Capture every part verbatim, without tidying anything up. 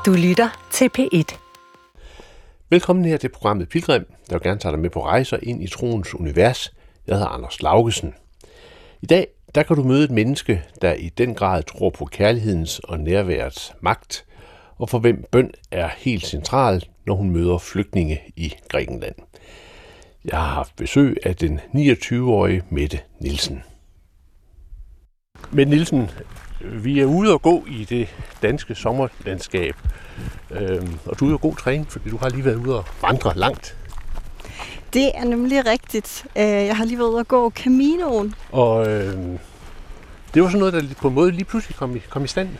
Du lytter til P et. Velkommen her til programmet Pilgrim, der vil gerne tage dig med på rejser ind i troens univers. Jeg hedder Anders Laugesen. I dag der kan du møde et menneske, der i den grad tror på kærlighedens og nærværets magt, og for hvem bøn er helt central, når hun møder flygtninge i Grækenland. Jeg har haft besøg af den niogtyve-årige Mette Nielsen. Mette Nielsen, vi er ude og gå i det danske sommerlandskab, øhm, og du er jo god træning, fordi du har lige været ude og vandre langt. Det er nemlig rigtigt. Jeg har lige været ude og gå Caminoen. Og øhm, det var sådan noget, der på en måde lige pludselig kom i, kom i stand.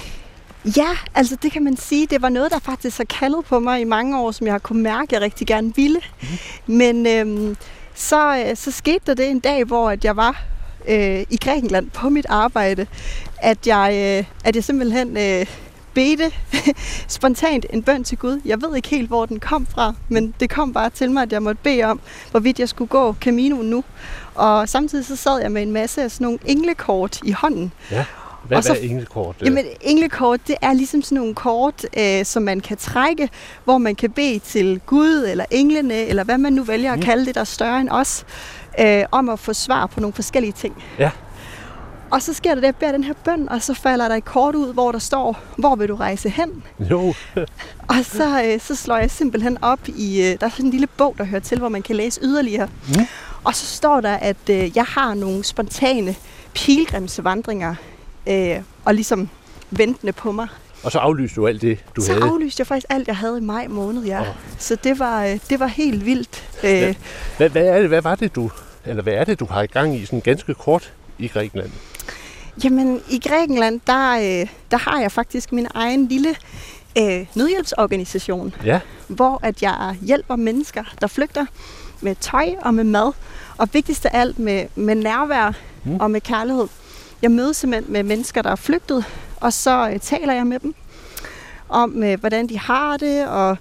Ja, altså det kan man sige. Det var noget, der faktisk har kaldet på mig i mange år, som jeg har kunnet mærke, jeg rigtig gerne ville. Mm-hmm. Men øhm, så, så skete der det en dag, hvor at jeg var øh, i Grækenland på mit arbejde, at jeg, øh, at jeg simpelthen øh, bedte spontant en bøn til Gud. Jeg ved ikke helt, hvor den kom fra, men det kom bare til mig, at jeg måtte bede om, hvorvidt jeg skulle gå Caminoen nu. Og samtidig så sad jeg med en masse af sådan nogle englekort i hånden. Ja. Hvad, så, hvad er englekort? Jamen, englekort, det er ligesom sådan nogle kort, øh, som man kan trække, hvor man kan bede til Gud, eller englene, eller hvad man nu vælger at kalde det, der er større end os, øh, om at få svar på nogle forskellige ting. Ja. Og så sker der det, at jeg beder den her bøn, og så falder der et kort ud, hvor der står, hvor vil du rejse hen? Jo. Og så, øh, så slår jeg simpelthen op i, øh, der er sådan en lille bog, der hører til, hvor man kan læse yderligere. Mm. Og så står der, at øh, jeg har nogle spontane pilgrimsvandringer, Øh, og ligesom ventende på mig. Og så aflyste du alt det, du så havde? Så aflyste jeg faktisk alt, jeg havde i maj måned, ja. Oh. Så det var, det var helt vildt. Hvad, hvad, hvad, er det, hvad var det, du, eller hvad er det, du har i gang i sådan ganske kort i Grækenland? Jamen, i Grækenland, der, der har jeg faktisk min egen lille øh, nødhjælpsorganisation, ja. Hvor at jeg hjælper mennesker, der flygter med tøj og med mad, og vigtigst af alt med, med nærvær mm. og med kærlighed. Jeg møder simpelthen med mennesker, der er flygtet, og så øh, taler jeg med dem om, øh, hvordan de har det, og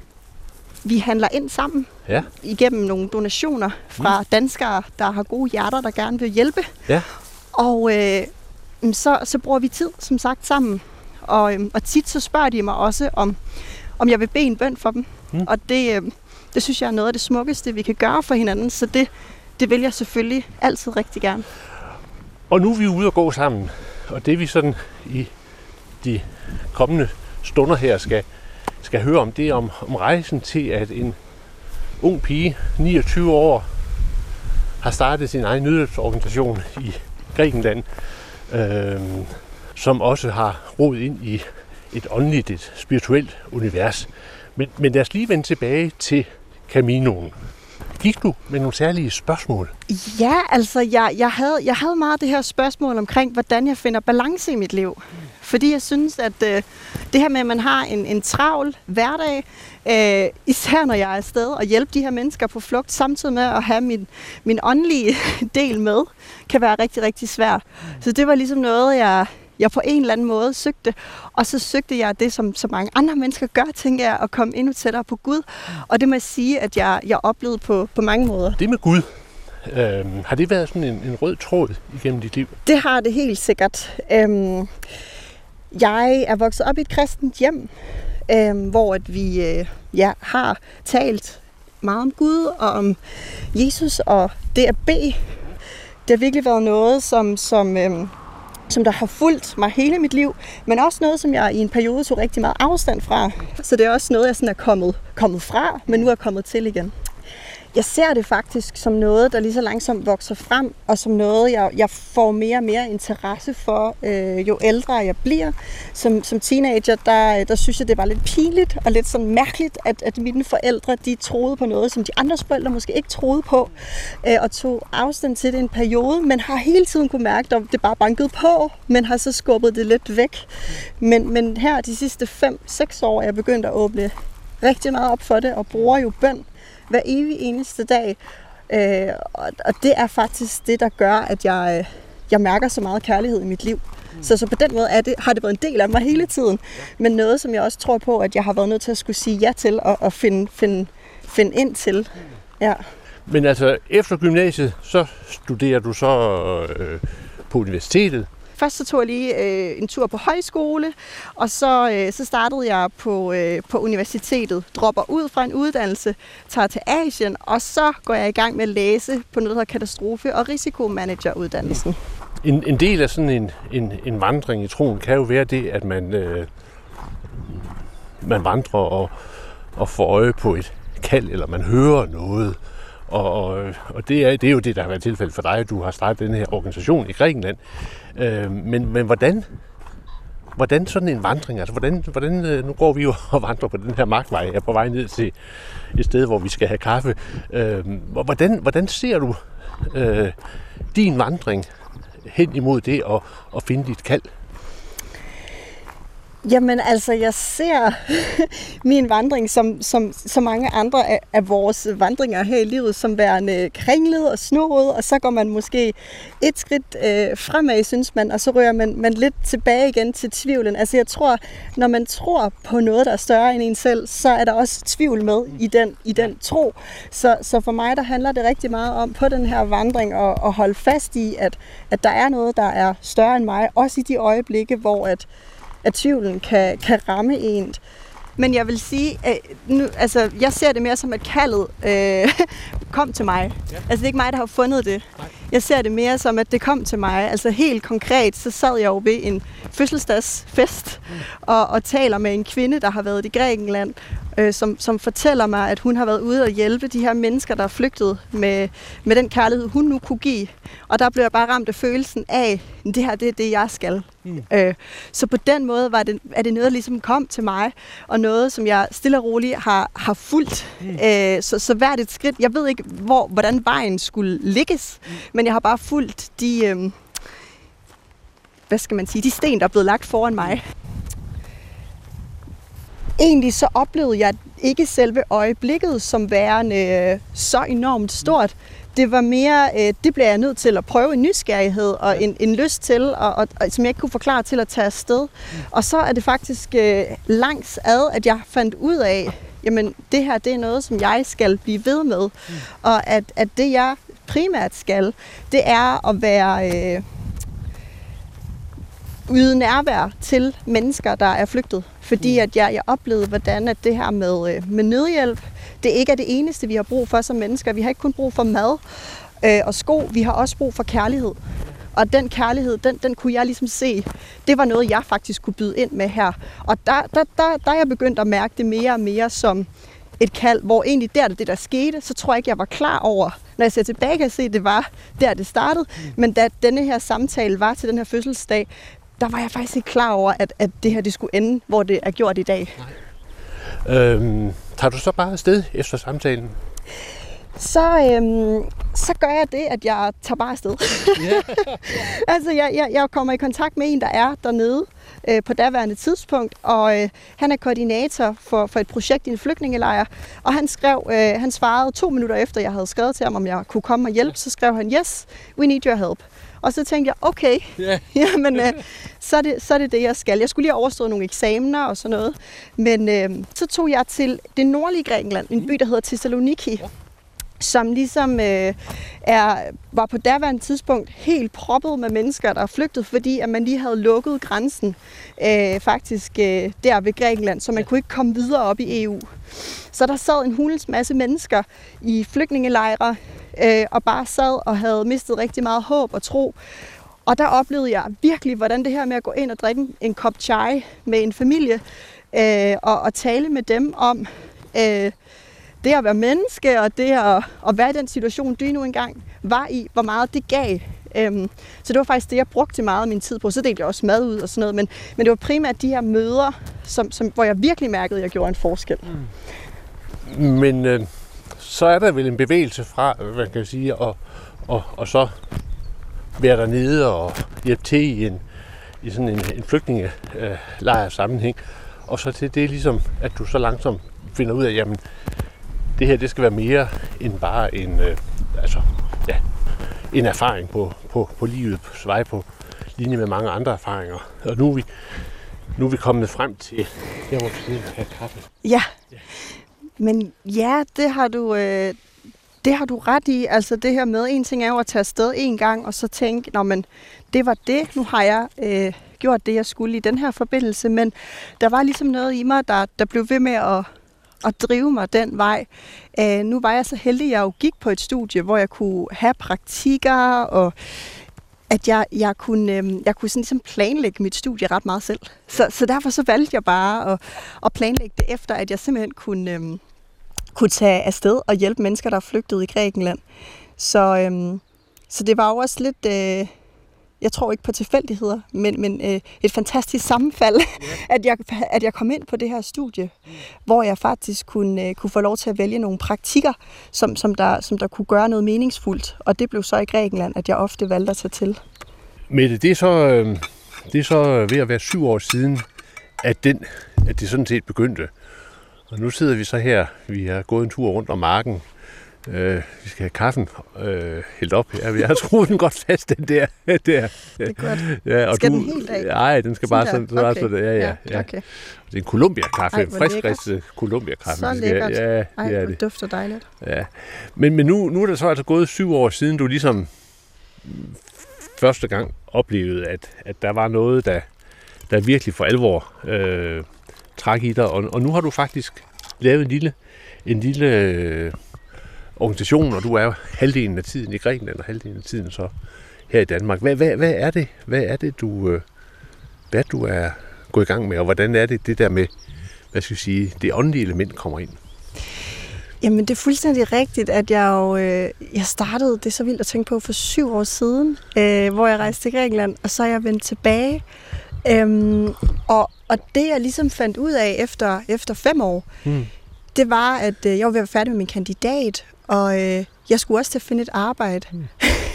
vi handler ind sammen ja. igennem nogle donationer fra mm. danskere, der har gode hjerter, der gerne vil hjælpe. Ja. Og øh, så, så bruger vi tid, som sagt, sammen. Og, øh, og tit så spørger de mig også, om, om jeg vil bede en bøn for dem. Mm. Og det, øh, det synes jeg er noget af det smukkeste, vi kan gøre for hinanden, så det, det vil jeg selvfølgelig altid rigtig gerne. Og nu er vi ude og gå sammen, og det vi sådan i de kommende stunder her skal, skal høre om, det er om, om rejsen til, at en ung pige, niogtyve år, har startet sin egen nødhjælpsorganisation i Grækenland, øh, som også har rodet ind i et åndeligt, et spirituelt univers. Men, men lad os lige vende tilbage til Caminoen. Gik du med nogle særlige spørgsmål? Ja, altså jeg, jeg, havde, jeg havde meget det her spørgsmål omkring, hvordan jeg finder balance i mit liv. Fordi jeg synes, at øh, det her med, at man har en, en travl hverdag, øh, især når jeg er afsted, og hjælpe de her mennesker på flugt, samtidig med at have min, min åndelige del med, kan være rigtig, rigtig svært. Så det var ligesom noget, jeg... jeg på en eller anden måde søgte, og så søgte jeg det, som så mange andre mennesker gør, tænker jeg, at komme endnu tættere på Gud. Og det må jeg sige, at jeg, jeg oplevede på, på mange måder. Det med Gud, øh, har det været sådan en, en rød tråd igennem dit liv? Det har det helt sikkert. Øhm, jeg er vokset op i et kristent hjem, øhm, hvor at vi øh, ja, har talt meget om Gud og om Jesus, og det at bede. Det har virkelig været noget, som... som øhm, som der har fulgt mig hele mit liv, men også noget, som jeg i en periode tog rigtig meget afstand fra. Så det er også noget, jeg sådan er kommet, kommet fra, men nu er kommet til igen. Jeg ser det faktisk som noget, der lige så langsomt vokser frem, og som noget, jeg, jeg får mere og mere interesse for, øh, jo ældre jeg bliver. Som, som teenager, der, der synes jeg, det var lidt pinligt og lidt sådan mærkeligt, at, at mine forældre, de troede på noget, som de andres forældre måske ikke troede på, øh, og tog afstand til det en periode, men har hele tiden kunne mærke, at det bare bankede på, men har så skubbet det lidt væk. Men, men her de sidste fem seks år er jeg begyndt at åbne rigtig meget op for det, og bruger jo bøn hver evig eneste dag. Øh, og, og det er faktisk det, der gør, at jeg, jeg mærker så meget kærlighed i mit liv. Mm. Så, så på den måde er det, har det været en del af mig hele tiden. Men noget, som jeg også tror på, at jeg har været nødt til at skulle sige ja til og, og finde, finde, finde ind til. Ja. Men altså, efter gymnasiet, så studerer du så øh, på universitetet. først så tog jeg lige øh, en tur på højskole, og så, øh, så startede jeg på, øh, på universitetet, dropper ud fra en uddannelse, tager til Asien, og så går jeg i gang med at læse på noget, der hedder katastrofe- og risikomanageruddannelsen. En, en del af sådan en, en, en vandring i troen kan jo være det, at man, øh, man vandrer og, og får øje på et kald, eller man hører noget. Og, og, og det, er, det er jo det, der har været tilfældet for dig. Du har startet den her organisation i Grækenland. Øh, men, men hvordan, hvordan sådan en vandring, altså hvordan, hvordan, nu går vi jo og vandrer på den her markvej, jeg er på vej ned til et sted, hvor vi skal have kaffe. Øh, hvordan, hvordan ser du øh, din vandring hen imod det at, at finde dit kald? Jamen altså, jeg ser min vandring som, som så mange andre af, af vores vandringer her i livet, som værende kringlet og snurret, og så går man måske et skridt øh, fremad, synes man, og så rører man, man lidt tilbage igen til tvivlen. Altså jeg tror, når man tror på noget, der er større end en selv, så er der også tvivl med i den, i den tro. Så, så for mig, der handler det rigtig meget om på den her vandring at, at holde fast i, at, at der er noget, der er større end mig, også i de øjeblikke, hvor at at tvivlen kan, kan ramme en. Men jeg vil sige, at nu, altså, jeg ser det mere som, at kaldet øh, kom til mig. Ja. Altså det er ikke mig, der har fundet det. Nej. Jeg ser det mere som, at det kom til mig. Altså helt konkret, så sad jeg jo ved en fødselsdagsfest mm. og, og taler med en kvinde, der har været i Grækenland, øh, som, som fortæller mig, at hun har været ude og hjælpe de her mennesker, der er flygtet med, med den kærlighed, hun nu kunne give. Og der blev jeg bare ramt af følelsen af, det her det er det, jeg skal. Mm. Øh, så på den måde var det, er det noget, der ligesom kom til mig, og noget, som jeg stille og roligt har, har fulgt. Mm. Øh, så, så hvert et skridt, jeg ved ikke, hvor, hvordan vejen skulle ligges, mm. men jeg har bare fulgt de, øh, hvad skal man sige, de sten, der er blevet lagt foran mig. Egentlig så oplevede jeg ikke selve øjeblikket som værende øh, så enormt stort. Det var mere, øh, det blev jeg nødt til at prøve en nysgerrighed og en, en lyst til, og, og, og, som jeg ikke kunne forklare til at tage afsted. Mm. Og så er det faktisk øh, langs ad, at jeg fandt ud af, jamen det her det er noget, som jeg skal blive ved med. Mm. Og at, at det jeg primært skal, det er at være øh, yde nærvær til mennesker, der er flygtet. Fordi at jeg, jeg oplevede, hvordan at det her med, med nødhjælp, det ikke er det eneste, vi har brug for som mennesker. Vi har ikke kun brug for mad øh, og sko, vi har også brug for kærlighed. Og den kærlighed, den, den kunne jeg ligesom se, det var noget, jeg faktisk kunne byde ind med her. Og der, der, der, der er jeg begyndt at mærke det mere og mere som et kald, hvor egentlig der, det der skete, så tror jeg ikke, jeg var klar over. Når jeg ser tilbage, kan jeg se, at det var der, det startede. Men da denne her samtale var til den her fødselsdag, der var jeg faktisk ikke klar over, at, at det her det skulle ende, hvor det er gjort i dag. Nej. Øhm, tager du så bare afsted efter samtalen? Så, øhm, så gør jeg det, at jeg tager bare afsted. Yeah. altså, jeg, jeg, jeg kommer i kontakt med en, der er dernede øh, på daværende tidspunkt, og øh, han er koordinator for, for et projekt i en flygtningelejr, og han skrev, øh, han svarede to minutter efter, jeg havde skrevet til ham, om jeg kunne komme og hjælpe, så skrev han, yes, we need your help. Og så tænkte jeg, okay, yeah. Jamen, øh, så, er det, så er det det, jeg skal. Jeg skulle lige overstå nogle eksamener og sådan noget. Men øh, så tog jeg til det nordlige Grækenland, en by, der hedder Thessaloniki, yeah. som ligesom øh, er, var på daværende tidspunkt helt proppet med mennesker, der er flygtet, fordi at man lige havde lukket grænsen øh, faktisk øh, der ved Grækenland, så man yeah. kunne ikke komme videre op i E U. Så der sad en hulens masse mennesker i flygtningelejre, Øh, og bare sad og havde mistet rigtig meget håb og tro. Og der oplevede jeg virkelig, hvordan det her med at gå ind og drikke en, en kop chai med en familie, øh, og, og tale med dem om øh, det at være menneske, og det at, at være i den situation, de nu engang var i, hvor meget det gav. Øhm, så det var faktisk det, jeg brugte meget af min tid på. Så delte jeg også mad ud og sådan noget, men, men det var primært de her møder, som, som, hvor jeg virkelig mærkede, at jeg gjorde en forskel. Mm. Men... Øh... så er der vel en bevægelse fra, hvad kan jeg sige, og, og, og så være dernede og hjælpe til i, en, i sådan en, en flygtningelejr sammenhæng, og så til det ligesom, at du så langsomt finder ud af, jamen, det her, det skal være mere end bare en, øh, altså, ja, en erfaring på, på, på livet, på vej på linje med mange andre erfaringer. Og nu er vi, nu er vi kommet frem til, jeg må sige, have kaffe. Ja. Ja. Men ja, det har du, øh, Det har du ret i. Altså det her med, en ting er jo at tage afsted en gang, og så tænke, nå men, det var det. Nu har jeg øh, gjort det, jeg skulle i den her forbindelse. Men der var ligesom noget i mig, der, der blev ved med at, at drive mig den vej. Øh, nu var jeg så heldig, at jeg jo gik på et studie, hvor jeg kunne have praktikker, og at jeg, jeg kunne, øh, jeg kunne sådan ligesom planlægge mit studie ret meget selv. Så, så derfor så valgte jeg bare at, at planlægge det efter, at jeg simpelthen kunne... Øh, kunne tage afsted og hjælpe mennesker, der er flygtet i Grækenland. Så, øhm, så det var jo også lidt, øh, jeg tror ikke på tilfældigheder, men, men øh, et fantastisk sammenfald, yeah. at, jeg, at jeg kom ind på det her studie, mm. hvor jeg faktisk kunne, øh, kunne få lov til at vælge nogle praktikker, som, som, der, som der kunne gøre noget meningsfuldt. Og det blev så i Grækenland, at jeg ofte valgte at tage til. Mette, det er så, øh, det er så ved at være syv år siden, at, den, at det sådan set begyndte. Og nu sidder vi så her, vi har gået en tur rundt om marken, øh, vi skal have kaffen øh, hældt op her, jeg har skruet den godt fast, den der. der. Det er godt. Ja, og skal du, den helt af? Nej, den skal bare sådan, okay. sådan, ja, ja, ja. Okay. Det er en Colombia-kaffe, en friskristet Colombia-kaffe. Så lækkert. Ja, det Ej, er det dufter dejligt. Ja. Men, men nu, nu er det så altså gået syv år siden, du ligesom første gang oplevede, at, at der var noget, der, der virkelig for alvor øh, træk i dig, og, og nu har du faktisk lavet en lille, en lille øh, organisation, og du er jo halvdelen af tiden i Grækenland, og halvdelen af tiden så her i Danmark. Hvad, hvad, hvad er det, hvad er det du, øh, hvad du er gået i gang med, og hvordan er det, det der med, hvad skal jeg sige, det åndelige element kommer ind? Jamen, det er fuldstændig rigtigt, at jeg jo, øh, jeg startede, det er så vildt at tænke på, for syv år siden, øh, hvor jeg rejste til Grækenland, og så er jeg vendt tilbage. Øhm, og, og det, jeg ligesom fandt ud af efter, efter fem år, hmm. det var, at øh, jeg var ved at være færdig med min kandidat, og øh, jeg skulle også til at finde et arbejde. Hmm.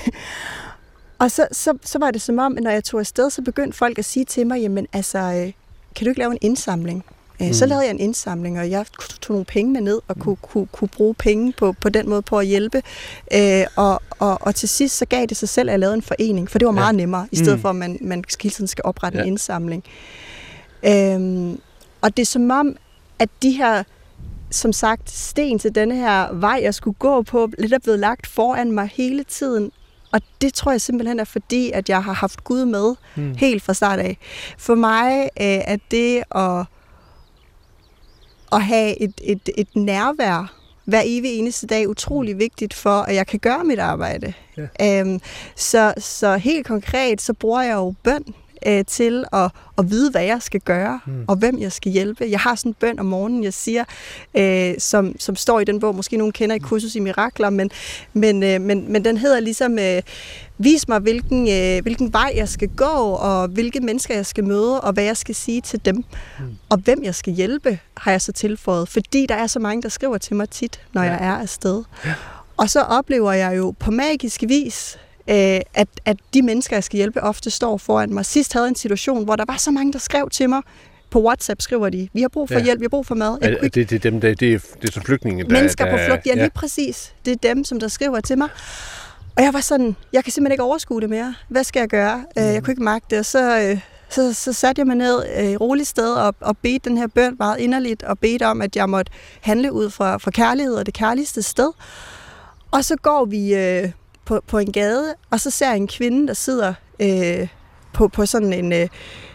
og så, så, så var det som om, at når jeg tog afsted, så begyndte folk at sige til mig, jamen altså, øh, kan du ikke lave en indsamling? Mm. Så lavede jeg en indsamling, og jeg tog nogle penge med ned og kunne, kunne, kunne bruge penge på, på den måde på at hjælpe. Øh, og, og, og til sidst så gav det sig selv, at jeg lavede en forening, for det var meget ja. nemmere, i stedet mm. for at man, man hele tiden skal oprette ja. en indsamling. Øhm, og det er som om, at de her, som sagt, sten til denne her vej, jeg skulle gå på, lidt er blevet lagt foran mig hele tiden. Og det tror jeg simpelthen er fordi, at jeg har haft Gud med mm. helt fra start af. For mig øh, er det at at have et, et, et nærvær hver evig eneste dag utrolig vigtigt for, at jeg kan gøre mit arbejde. Ja. Øhm, så, så helt konkret, så bruger jeg jo bøn øh, til at, at vide, hvad jeg skal gøre, mm. og hvem jeg skal hjælpe. Jeg har sådan en bøn om morgenen, jeg siger, øh, som, som står i den bog, måske nogen kender i Kursus i Mirakler, men, men, øh, men, men den hedder ligesom, øh, vis mig, hvilken, øh, hvilken vej jeg skal gå, og hvilke mennesker jeg skal møde, og hvad jeg skal sige til dem. Mm. Og hvem jeg skal hjælpe, har jeg så tilføjet, fordi der er så mange, der skriver til mig tit, når ja. jeg er afsted. Ja. Og så oplever jeg jo på magisk vis, øh, at, at de mennesker, jeg skal hjælpe, ofte står foran mig. Sidst havde jeg en situation, hvor der var så mange, der skrev til mig. På WhatsApp skriver de, vi har brug for ja. hjælp, vi har brug for mad. Er, det, det, er dem, der, det, er, det er så flygtninge, der... Mennesker der, på flugt, ja, lige ja. præcis. Det er dem, som der skriver til mig. Og jeg var sådan, jeg kan simpelthen ikke overskue det mere. Hvad skal jeg gøre? Mm. Jeg kunne ikke magte det. Og så, så, så satte jeg mig ned i et roligt sted og, og bedte den her bøn meget inderligt, og bedte om, at jeg måtte handle ud fra, fra kærlighed og det kærligste sted. Og så går vi øh, på, på en gade, og så ser jeg en kvinde, der sidder øh, på, på sådan en... Øh,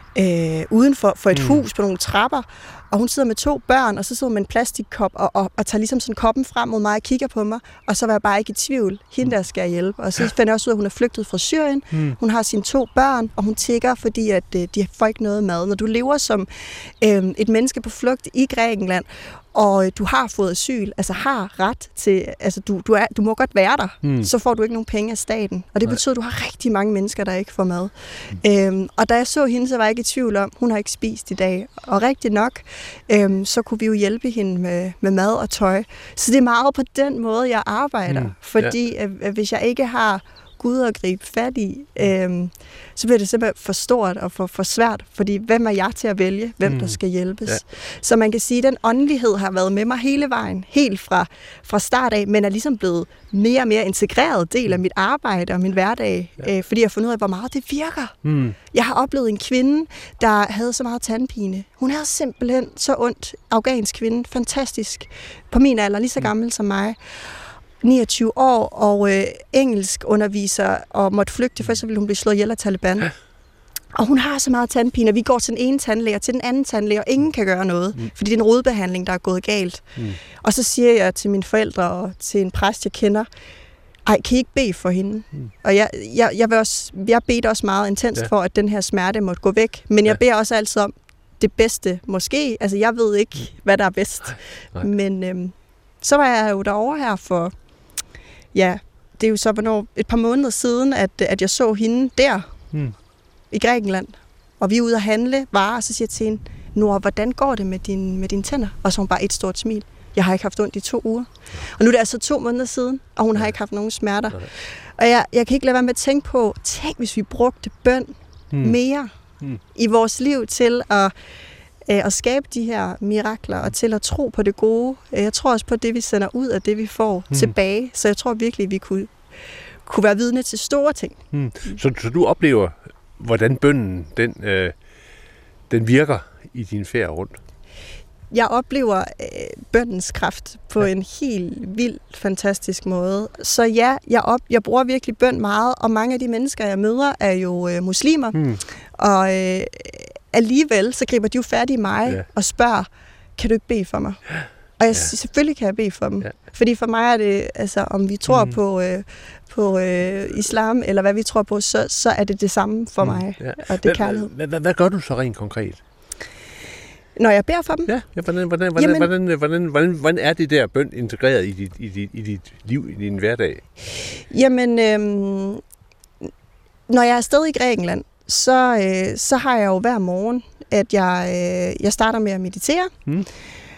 Øh, uden for, for et mm. hus på nogle trapper, og hun sidder med to børn, og så sidder hun med en plastikkop og, og, og tager ligesom sådan koppen frem mod mig og kigger på mig, og så var jeg bare ikke i tvivl. Hende der skal jeg hjælpe. Og så finder jeg også ud af, at hun er flygtet fra Syrien. Mm. Hun har sine to børn, og hun tigger, fordi at, øh, de får ikke noget mad. Når du lever som øh, et menneske på flugt i Grækenland, og du har fået asyl, altså har ret til, altså du, du, er, du må godt være der, mm. så får du ikke nogen penge af staten. Og det betyder, at du har rigtig mange mennesker, der ikke får mad. Mm. Øhm, og da jeg så hende, så var jeg ikke i tvivl om, hun har ikke spist i dag. Og rigtig nok, øhm, så kunne vi jo hjælpe hende med, med mad og tøj. Så det er meget på den måde, jeg arbejder. Mm. Fordi ja. at, at hvis jeg ikke har Gud at gribe fat i, øhm, så bliver det simpelthen for stort og for, for svært, fordi hvem er jeg til at vælge, hvem mm. der skal hjælpes. Ja. Så man kan sige, at den åndelighed har været med mig hele vejen, helt fra, fra start af, men er ligesom blevet mere og mere integreret del af mit arbejde og min hverdag, ja. øh, fordi jeg har fundet ud af, hvor meget det virker. Mm. Jeg har oplevet en kvinde, der havde så meget tandpine. Hun havde simpelthen så ondt, afghansk kvinde, fantastisk, på min alder, lige så gammel mm. som mig. niogtyve år og øh, engelsk underviser og måtte flygte, for så ville hun blive slået ihjel af Taliban. Ja. Og hun har så meget tandpine, og vi går til den ene tandlæge og til den anden tandlæge, og ingen kan gøre noget, mm. fordi det er en rodbehandling, der er gået galt. Mm. Og så siger jeg til mine forældre og til en præst, jeg kender, ej, kan I ikke bede for hende? Mm. Og jeg, jeg, jeg, vil også, jeg bedte også meget intenst ja. for, at den her smerte måtte gå væk, men jeg ja. beder også altid om det bedste, måske. Altså, jeg ved ikke, mm. hvad der er bedst. Nej. Nej. Men øhm, så var jeg jo derovre her for, ja, det er jo så hvornår, et par måneder siden, at, at jeg så hende der, mm. i Grækenland, og vi er ude at handle varer, og så siger jeg til hende, Nora, hvordan går det med, din, med dine tænder? Og så hun bare et stort smil. Jeg har ikke haft ondt i to uger. Og nu er det altså to måneder siden, og hun har ikke haft nogen smerter. Og jeg, jeg kan ikke lade være med at tænke på, tænk hvis vi brugte bøn hmm. mere hmm. i vores liv til at, øh, at skabe de her mirakler, og til at tro på det gode. Jeg tror også på det, vi sender ud, og det vi får hmm. tilbage. Så jeg tror virkelig, vi kunne, kunne være vidne til store ting. Hmm. Så, så du oplever, hvordan bønnen den, øh, den virker i din færd rundt? Jeg oplever øh, bønnens kraft på ja. en helt vild, fantastisk måde. Så ja, jeg, op, jeg bruger virkelig bøn meget, og mange af de mennesker, jeg møder, er jo øh, muslimer. Hmm. Og øh, alligevel, så griber de jo fat i mig ja. og spørger, kan du ikke bede for mig? Og jeg, ja. selvfølgelig kan jeg bede for dem. Ja. Fordi for mig er det, altså om vi tror mm. på, øh, på øh, islam, eller hvad vi tror på, så, så er det det samme for mm. mig. Ja. Og det er kærlighed. Hvad, hvad, hvad gør du så rent konkret? Når jeg beder for dem? Ja, ja hvordan, hvordan, hvordan, Jamen, hvordan, hvordan, hvordan, hvordan er det der bøn integreret i dit, i dit, i dit liv, i din hverdag? Jamen, øhm, når jeg er afsted i Grækenland, så, øh, så har jeg jo hver morgen, at jeg, øh, jeg starter med at meditere. Mm.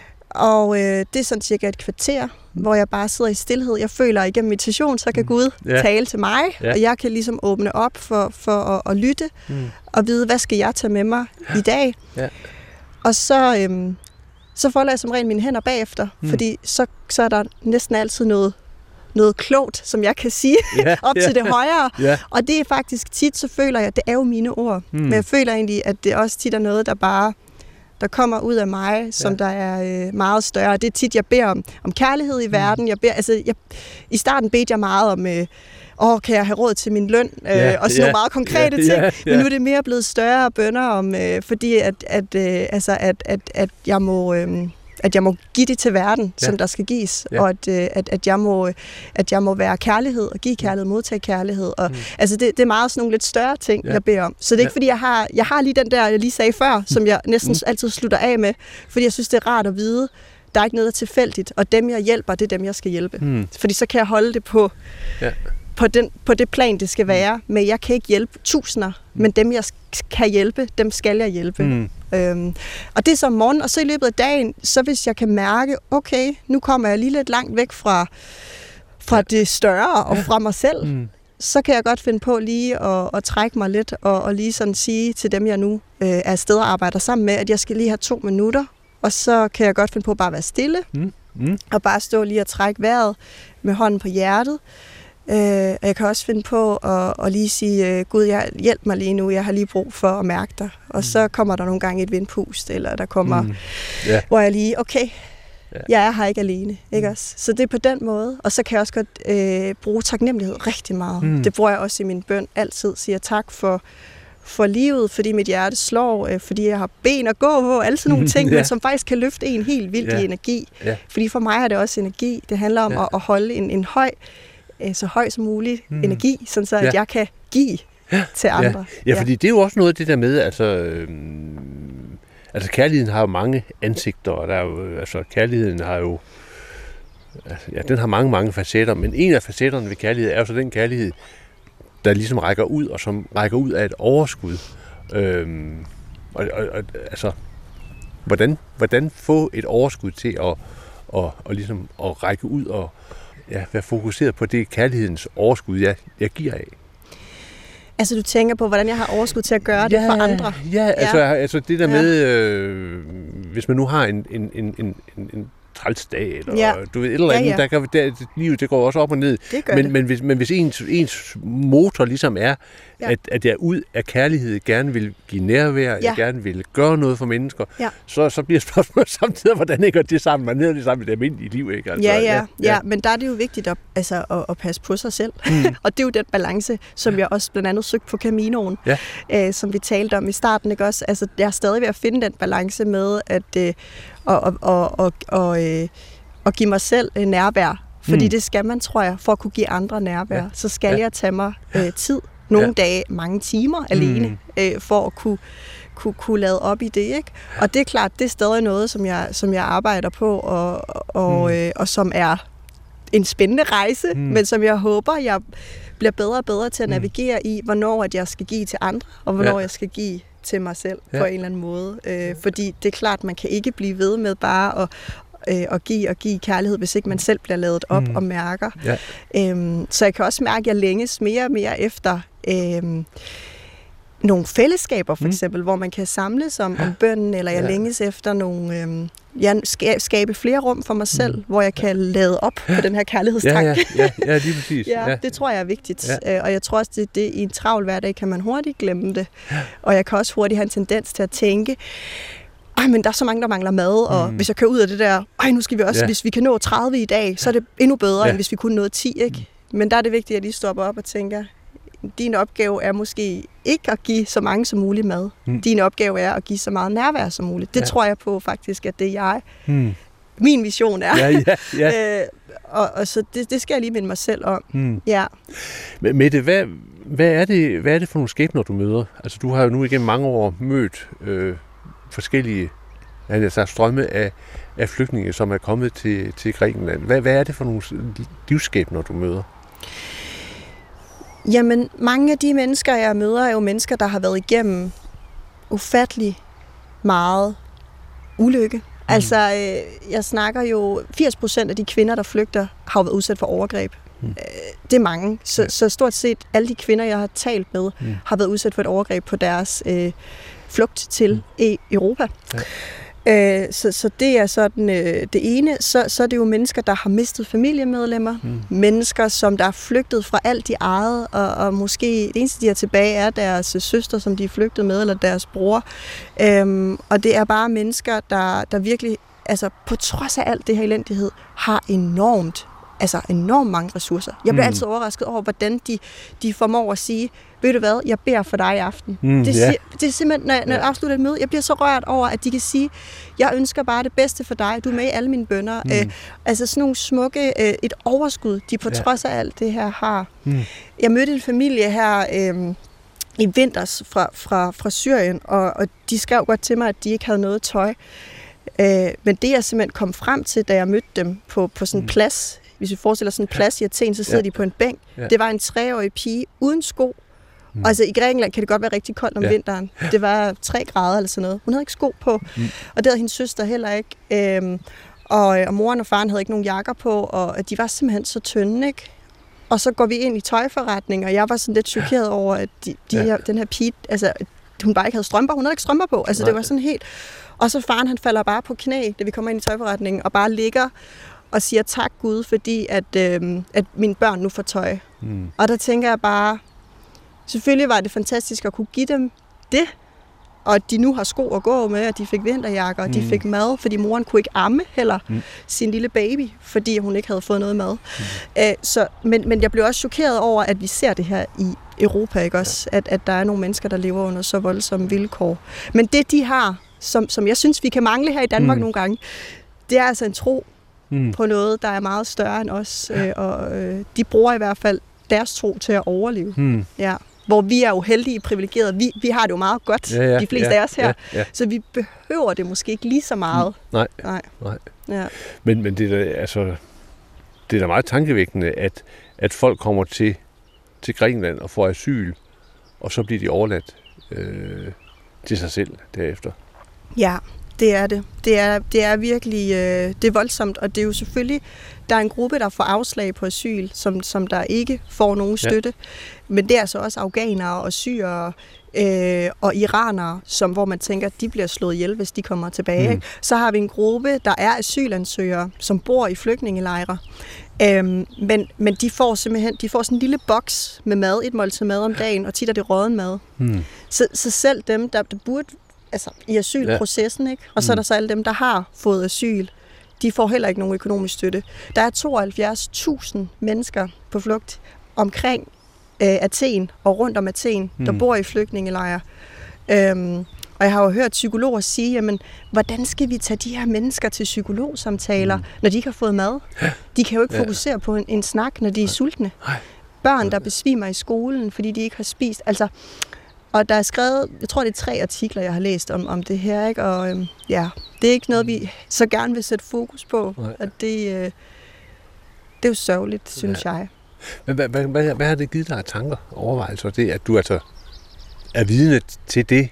Og øh, det er sådan cirka et kvarter, hvor jeg bare sidder i stilhed. Jeg føler, at igennem meditation, så kan Gud ja. tale til mig, ja. og jeg kan ligesom åbne op for, for at, at lytte, mm. og vide, hvad skal jeg tage med mig ja. i dag. Ja. Og så, øhm, så folder jeg som regel mine hænder bagefter, mm. fordi så, så er der næsten altid noget, noget klogt, som jeg kan sige ja, op ja. til det højere. Ja. Og det er faktisk tit, så føler jeg, at det er jo mine ord. Mm. Men jeg føler egentlig, at det også tit er noget, der bare der kommer ud af mig, som ja. der er øh, meget større. Det er tit, jeg beder om, om kærlighed i mm. verden. Jeg beder, altså, jeg, I starten bedte jeg meget om, øh, åh, kan jeg have råd til min løn? Øh, ja, og sådan ja, nogle meget konkrete ja, ting. Ja, ja. Men nu er det mere blevet større bønner om, øh, fordi at, at, øh, altså, at, at, at jeg må... Øh, at jeg må give det til verden, ja. som der skal gives, ja. og at, at, at, jeg må, at jeg må være kærlighed, og give kærlighed, modtage kærlighed. Og, mm. altså det, det er meget sådan nogle lidt større ting, ja. jeg beder om. Så det er ikke, ja. fordi jeg har, jeg har lige den der, jeg lige sagde før, som jeg næsten mm. altid slutter af med, fordi jeg synes, det er rart at vide, der er ikke noget, der er tilfældigt, og dem, jeg hjælper, det er dem, jeg skal hjælpe. Mm. Fordi så kan jeg holde det på... Ja. På, den, på det plan, det skal være. Men jeg kan ikke hjælpe tusinder, mm. men dem, jeg kan hjælpe, dem skal jeg hjælpe. Mm. Øhm, og det er så om morgenen, og så i løbet af dagen, så hvis jeg kan mærke, okay, nu kommer jeg lige lidt langt væk fra, fra ja. det større og fra mig selv, mm. så kan jeg godt finde på lige at, at trække mig lidt, og, og lige sådan sige til dem, jeg nu øh, er afsted og arbejder sammen med, at jeg skal lige have to minutter, og så kan jeg godt finde på bare at være stille, mm. Mm. og bare stå lige og trække vejret med hånden på hjertet. Uh, og jeg kan også finde på at, at lige sige, uh, Gud, jeg, hjælp mig lige nu, jeg har lige brug for at mærke dig. Og mm. så kommer der nogle gange et vindpust, eller der kommer, mm. yeah. hvor jeg lige, okay, yeah. jeg er her ikke alene. Ikke mm. også? Så det er på den måde. Og så kan jeg også godt uh, bruge taknemmelighed rigtig meget. Mm. Det bruger jeg også i min bøn altid. Siger tak for, for livet, fordi mit hjerte slår, uh, fordi jeg har ben at gå på, alle sådan nogle ting, yeah. men som faktisk kan løfte en helt vildt yeah. i energi. Yeah. Fordi for mig er det også energi. Det handler om yeah. at, at holde en, en høj så høj som muligt mm. energi, sådan så at ja. jeg kan give ja. til andre. Ja. ja, fordi det er jo også noget af det der med, altså, øh, altså kærligheden har jo mange ansigter, og der er jo, altså kærligheden har jo, altså, ja, den har mange, mange facetter, men en af facetterne ved kærlighed er jo så den kærlighed, der ligesom rækker ud, og som rækker ud af et overskud. Øhm, og, og, og altså, hvordan, hvordan få et overskud til at, og, og ligesom at række ud og ja, være fokuseret på det kærlighedens overskud, jeg, jeg giver af. Altså du tænker på, hvordan jeg har overskud til at gøre ja, det for andre? Ja, altså, ja. altså det der med, øh, hvis man nu har en, en, en, en, en træls dag, eller ja. du ved, et eller andet. Ja, ja. Der kan, der, livet det går også op og ned. Det gør men, det. Men hvis, men hvis ens, ens motor ligesom er, ja. at, at jeg ud af kærlighed gerne vil give nærvær, ja. jeg gerne vil gøre noget for mennesker, ja. så, så bliver spørgsmålet samtidig, hvordan ikke det sammen, man ned det sammen i det almindelige liv. Ikke? Altså, ja, ja, ja, ja, men der er det jo vigtigt at, altså, at, at passe på sig selv. Mm. Og det er jo den balance, som ja. jeg også blandt andet søgte på Caminoen, ja. øh, som vi talte om i starten. Ikke også? Altså, jeg er stadig ved at finde den balance med at øh, og, og, og, og, og, øh, og give mig selv øh, nærvær. Fordi mm. det skal man, tror jeg, for at kunne give andre nærvær. Ja. Så skal ja. jeg tage mig øh, tid. Nogle ja. dage, mange timer alene, mm. øh, for at kunne, kunne, kunne lade op i det. Ikke? Og det er klart, det er stadig noget, som jeg, som jeg arbejder på, og, og, mm. øh, og som er en spændende rejse, mm. men som jeg håber, jeg bliver bedre og bedre til at navigere mm. i, hvornår at jeg skal give til andre, og hvornår ja. jeg skal give til mig selv ja. på en eller anden måde. Øh, fordi det er klart, man kan ikke blive ved med bare at og give og give kærlighed, hvis ikke man selv bliver ladet op mm. og mærker. Ja. Øhm, så jeg kan også mærke, at jeg længes mere og mere efter øhm, nogle fællesskaber, for eksempel, mm. hvor man kan samles om, om bønnen, eller jeg ja. længes efter nogle... Øhm, jeg skabe flere rum for mig selv, mm. hvor jeg kan lade op på den her kærlighedstank. Ja, ja, ja, ja lige præcis. ja, ja. Det tror jeg er vigtigt. Ja. Og jeg tror også, det, det i en travl hverdag kan man hurtigt glemme det. Og jeg kan også hurtigt have en tendens til at tænke, ej, men der er så mange, der mangler mad, og mm. hvis jeg kører ud af det der, ej, nu skal vi også, ja. hvis vi kan nå tredive i dag, så er det endnu bedre, ja. end hvis vi kunne nå ti, ikke? Men der er det vigtigt, at jeg lige stopper op og tænker, din opgave er måske ikke at give så mange som muligt mad. Mm. Din opgave er at give så meget nærvær som muligt. Det ja. tror jeg på faktisk, at det er jeg. Mm. Min vision er. Ja, ja, ja. øh, og, og så det, det skal jeg lige minde mig selv om. Mm. Ja. Mette, hvad, hvad, er det, hvad er det for nogle skæbner, du møder? Altså, du har jo nu igennem mange år mødt øh, forskellige altså, strømme af, af flygtninge, som er kommet til, til Grækenland. Hvad, hvad er det for nogle livsskæbner, du møder? Jamen, mange af de mennesker, jeg møder, er jo mennesker, der har været igennem ufattelig meget ulykke. Mm. Altså, øh, jeg snakker jo, firs procent af de kvinder, der flygter, har været udsat for overgreb. Mm. Øh, det er mange. Så, ja. så stort set alle de kvinder, jeg har talt med, mm. har været udsat for et overgreb på deres øh, flugt til mm. Europa. Ja. Øh, så, så det er sådan øh, det ene. Så, så er det jo mennesker, der har mistet familiemedlemmer. Mm. Mennesker, som der er flygtet fra alt de ejede, og, og måske det eneste, de har tilbage, er deres søster, som de er flygtet med, eller deres bror. Øhm, og det er bare mennesker, der, der virkelig, altså på trods af alt det her elendighed, har enormt Altså enormt mange ressourcer. Jeg bliver mm. altid overrasket over, hvordan de, de formår at sige, ved du hvad, jeg beder for dig i aften. Mm, det, yeah. det er simpelthen, når, når jeg afslutter et møde, jeg bliver så rørt over, at de kan sige, jeg ønsker bare det bedste for dig, du er med i alle mine bønner. Mm. Øh, altså sådan nogle smukke, øh, et overskud, de på yeah. trods af alt det her har. Mm. Jeg mødte en familie her øh, i vinters fra, fra, fra Syrien, og, og de skrev godt til mig, at de ikke havde noget tøj. Øh, men det jeg simpelthen kom frem til, da jeg mødte dem på, på sådan en mm. plads, hvis vi forestiller sådan en plads i Athen, så sidder ja. de på en bænk. Ja. Det var en treårig pige uden sko. Mm. Altså i Grækenland kan det godt være rigtig koldt om ja. vinteren. Det var tre grader eller sådan noget. Hun havde ikke sko på, mm. og det havde hendes søster heller ikke. Øhm, og, og moren og faren havde ikke nogen jakker på, og de var simpelthen så tynde, ikke? Og så går vi ind i tøjforretning, og jeg var sådan lidt chokeret over, at de, de ja. her, den her pige, altså hun bare ikke havde strømper. Hun havde ikke strømper på. Altså Nej. det var sådan helt... Og så faren, han falder bare på knæ, da vi kommer ind i tøjforretningen, og bare ligger og siger tak Gud, fordi at, øh, at mine børn nu får tøj. Mm. Og der tænker jeg bare, selvfølgelig var det fantastisk at kunne give dem det, og at de nu har sko at gå med, og de fik vinterjakker, og mm. de fik mad, fordi moren kunne ikke amme heller mm. sin lille baby, fordi hun ikke havde fået noget mad. Mm. Æ, så, men, men jeg blev også chokeret over, at vi ser det her i Europa, ikke også? Ja. At, at der er nogle mennesker, der lever under så voldsomme vilkår. Men det, de har, som, som jeg synes, vi kan mangle her i Danmark mm. nogle gange, det er altså en tro mm. på noget, der er meget større end os. Ja. Øh, og øh, de bruger i hvert fald deres tro til at overleve. Mm. Ja. Hvor vi er jo heldige privilegerede. Vi, vi har det jo meget godt, ja, ja, de fleste ja, af os her. Ja, ja. Så vi behøver det måske ikke lige så meget. Mm. Nej, nej. nej. Ja. Men, men det er da, altså, det er da meget tankevækkende, at, at folk kommer til, til Grækenland og får asyl, og så bliver de overladt øh, til sig selv derefter. Ja, det er det. Det er, det er virkelig øh, det er voldsomt, og det er jo selvfølgelig, der er en gruppe, der får afslag på asyl, som, som der ikke får nogen støtte. Ja. Men det er altså også afghanere og syrere øh, og iranere, som, hvor man tænker, at de bliver slået ihjel, hvis de kommer tilbage. Mm. Så har vi en gruppe, der er asylansøgere, som bor i flygtningelejre. Øhm, men, men de får simpelthen de får sådan en lille boks med mad, et måltid mad om dagen, og tit er det rådden mad. Mm. Så, så selv dem, der, der burde altså i asylprocessen, ja. ikke? Og så er der så alle dem, der har fået asyl, de får heller ikke nogen økonomisk støtte. Der er tooghalvfjerds tusind mennesker på flugt omkring øh, Athen og rundt om Athen, mm. der bor i flygtningelejre. Øhm, og jeg har jo hørt psykologer sige, jamen, hvordan skal vi tage de her mennesker til psykologsamtaler, mm. når de ikke har fået mad? De kan jo ikke ja. fokusere på en, en snak, når de er sultne. Børn, der besvimer i skolen, fordi de ikke har spist. Altså, og der er skrevet, jeg tror det er tre artikler, jeg har læst om, om det her, ikke? Og øhm, ja, det er ikke noget, vi så gerne vil sætte fokus på. At det, øh, det er jo sørgeligt, synes ja. jeg. Men hvad, hvad, hvad, hvad har det givet dig af tanker, overvejelser? Det, at du altså er vidne til det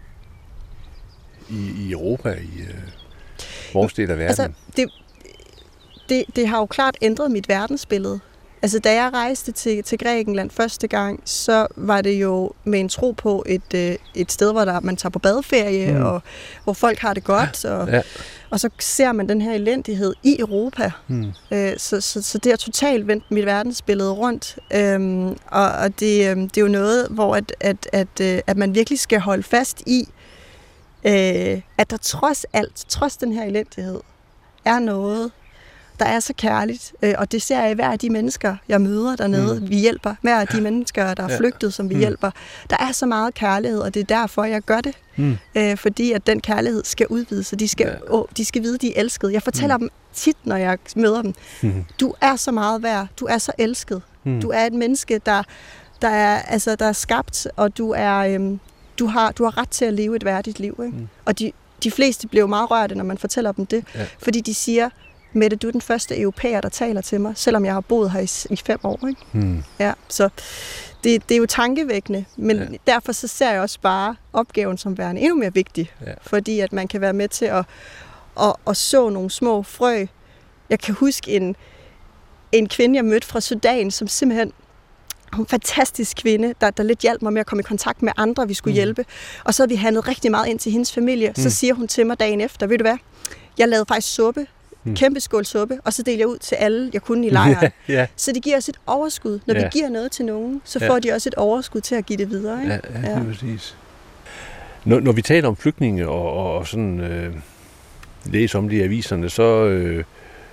i, i Europa, i øh, vores del af verden? Altså, det, det, det har jo klart ændret mit verdensbillede. Altså, da jeg rejste til, til Grækenland første gang, så var det jo med en tro på et, øh, et sted, hvor der, man tager på badeferie, mm. og hvor folk har det godt, og, ja. og så ser man den her elendighed i Europa. Mm. Øh, så, så, så det har totalt vendt mit verdensbillede rundt. Øhm, og og det, øh, det er jo noget, hvor at, at, at, øh, at man virkelig skal holde fast i, øh, at der trods alt, trods den her elendighed, er noget, der er så kærligt, og det ser jeg i hver af de mennesker, jeg møder dernede, mm. vi hjælper. Hver af de mennesker, der er flygtet, som vi mm. hjælper. Der er så meget kærlighed, og det er derfor, jeg gør det. Mm. Øh, fordi at den kærlighed skal udvides, og de skal, ja. åh, de skal vide, de er elskede. Jeg fortæller mm. dem tit, når jeg møder dem, mm. du er så meget værd, du er så elsket. Mm. Du er et menneske, der, der, er, altså, der er skabt, og du, er, øhm, du, har, du har ret til at leve et værdigt liv. Ikke? Mm. Og de, de fleste bliver meget rørte, når man fortæller dem det, ja. fordi de siger, Mette, du er den første europæer, der taler til mig, selvom jeg har boet her i, i fem år. Ikke? Hmm. Ja, så det, det er jo tankevækkende, men ja. derfor så ser jeg også bare opgaven som værende endnu mere vigtig, ja. fordi at man kan være med til at, at, at så nogle små frø. Jeg kan huske en, en kvinde, jeg mødte fra Sudan, som simpelthen en fantastisk kvinde, der, der lidt hjalp mig med at komme i kontakt med andre, vi skulle mm. hjælpe. Og så havde vi handlet rigtig meget ind til hendes familie. Mm. Så siger hun til mig dagen efter, ved du hvad, jeg lavede faktisk suppe, Mm. kæmpe skål suppe, og så deler jeg ud til alle, jeg kunne i lejren. Ja, ja. Så det giver os et overskud. Når ja. vi giver noget til nogen, så får ja. de også et overskud til at give det videre. Ikke? Ja, ja, ja. Præcis. Når, når vi taler om flygtninge og, og sådan øh, læser om det i aviserne, så øh,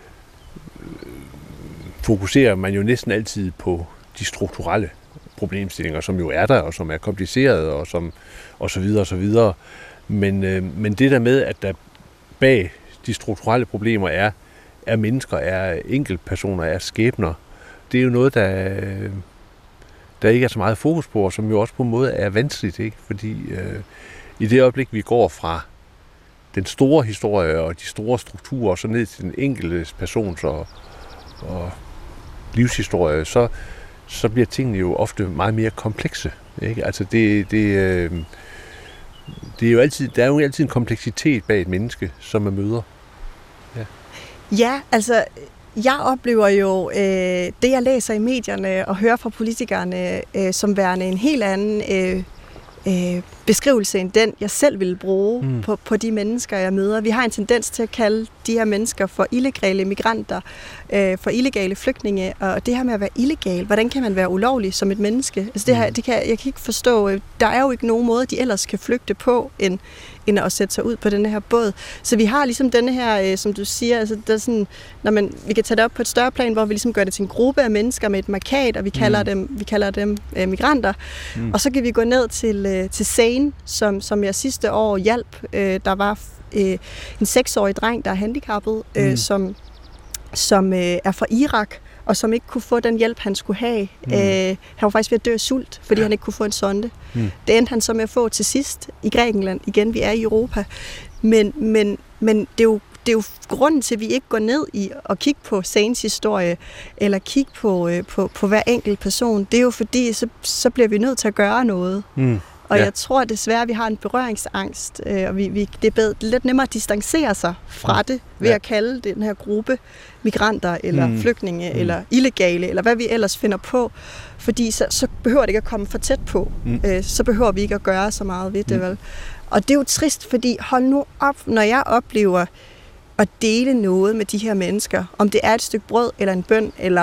fokuserer man jo næsten altid på de strukturelle problemstillinger, som jo er der, og som er komplicerede, og som og så videre og så videre. Men, øh, men det der med, at der bag de strukturelle problemer er, er mennesker, er enkeltpersoner, er skæbner. Det er jo noget, der, der ikke er så meget fokus på, og som jo også på en måde er vanskeligt, ikke? Fordi øh, i det øjeblik, vi går fra den store historie og de store strukturer, og så ned til den enkelte persons og, og livshistorie, så, så bliver tingene jo ofte meget mere komplekse, ikke? Altså det, det øh, Det er jo altid, der er jo altid en kompleksitet bag et menneske, som man møder. Ja, ja altså, jeg oplever jo øh, det, jeg læser i medierne og hører fra politikerne, øh, som værende en helt anden øh, øh, beskrivelse end den, jeg selv ville bruge mm. på, på de mennesker, jeg møder. Vi har en tendens til at kalde de her mennesker for illegale migranter, øh, for illegale flygtninge, og det her med at være illegal, hvordan kan man være ulovlig som et menneske? Altså det her, det kan, jeg kan ikke forstå, der er jo ikke nogen måde, de ellers kan flygte på, end, end at sætte sig ud på denne her båd. Så vi har ligesom denne her, øh, som du siger, altså der er sådan, når man, vi kan tage det op på et større plan, hvor vi ligesom gør det til en gruppe af mennesker med et markat, og vi kalder mm. dem, vi kalder dem øh, migranter, mm. og så kan vi gå ned til, øh, til Zane, som, som jeg sidste år hjalp. Øh, der var øh, en seksårig dreng, der er handicappet, øh, mm. som, som øh, er fra Irak, og som ikke kunne få den hjælp, han skulle have. Mm. Øh, han var faktisk ved at dø af sult, fordi ja. han ikke kunne få en sonde. Mm. Det endte han så med at få til sidst i Grækenland. Igen, vi er i Europa. Men, men, men det er jo Det er jo grunden til, at vi ikke går ned i og kigger på Zanes historie, eller kigger på, øh, på, på hver enkelt person. Det er jo fordi, så, så bliver vi nødt til at gøre noget. Mm. Og ja. jeg tror desværre, at vi har en berøringsangst, øh, og vi, vi, det er bedre, lidt nemmere at distancere sig fra det, ved ja. at kalde den her gruppe migranter, eller mm. flygtninge, mm. eller illegale, eller hvad vi ellers finder på. Fordi så, så behøver det ikke at komme for tæt på. Mm. Øh, så behøver vi ikke at gøre så meget ved det, mm. vel? Og det er jo trist, fordi hold nu op, når jeg oplever at dele noget med de her mennesker, om det er et stykke brød, eller en bøn, eller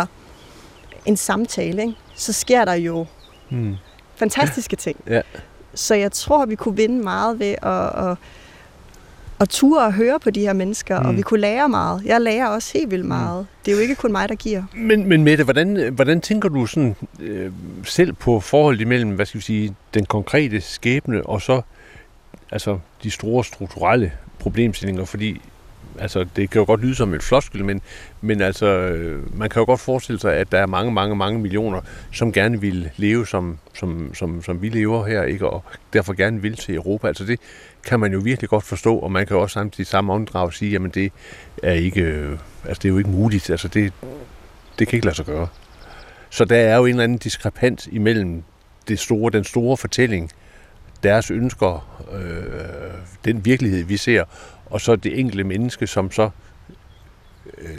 en samtale, ikke? Så sker der jo mm. fantastiske ting. Ja. Så jeg tror, vi kunne vinde meget ved at, at, at ture og høre på de her mennesker, mm. og vi kunne lære meget. Jeg lærer også helt vildt meget. Mm. Det er jo ikke kun mig, der giver. Men, men Mette, hvordan, hvordan tænker du sådan, øh, selv på forholdet imellem, hvad skal vi sige, den konkrete skæbne, og så altså, de store strukturelle problemstillinger? Fordi altså, det kan jo godt lyde som et floskel, men, men altså, man kan jo godt forestille sig, at der er mange, mange, mange millioner, som gerne vil leve, som, som, som, som vi lever her, ikke? Og derfor gerne vil til Europa. Altså, det kan man jo virkelig godt forstå, og man kan jo også samtidig i samme åndedrag sige, jamen det er ikke, altså, det er jo ikke muligt. Altså, det, det kan ikke lade sig gøre. Så der er jo en eller anden diskrepans imellem det store, den store fortælling, deres ønsker, øh, den virkelighed, vi ser, og så det enkelte menneske, som så øh,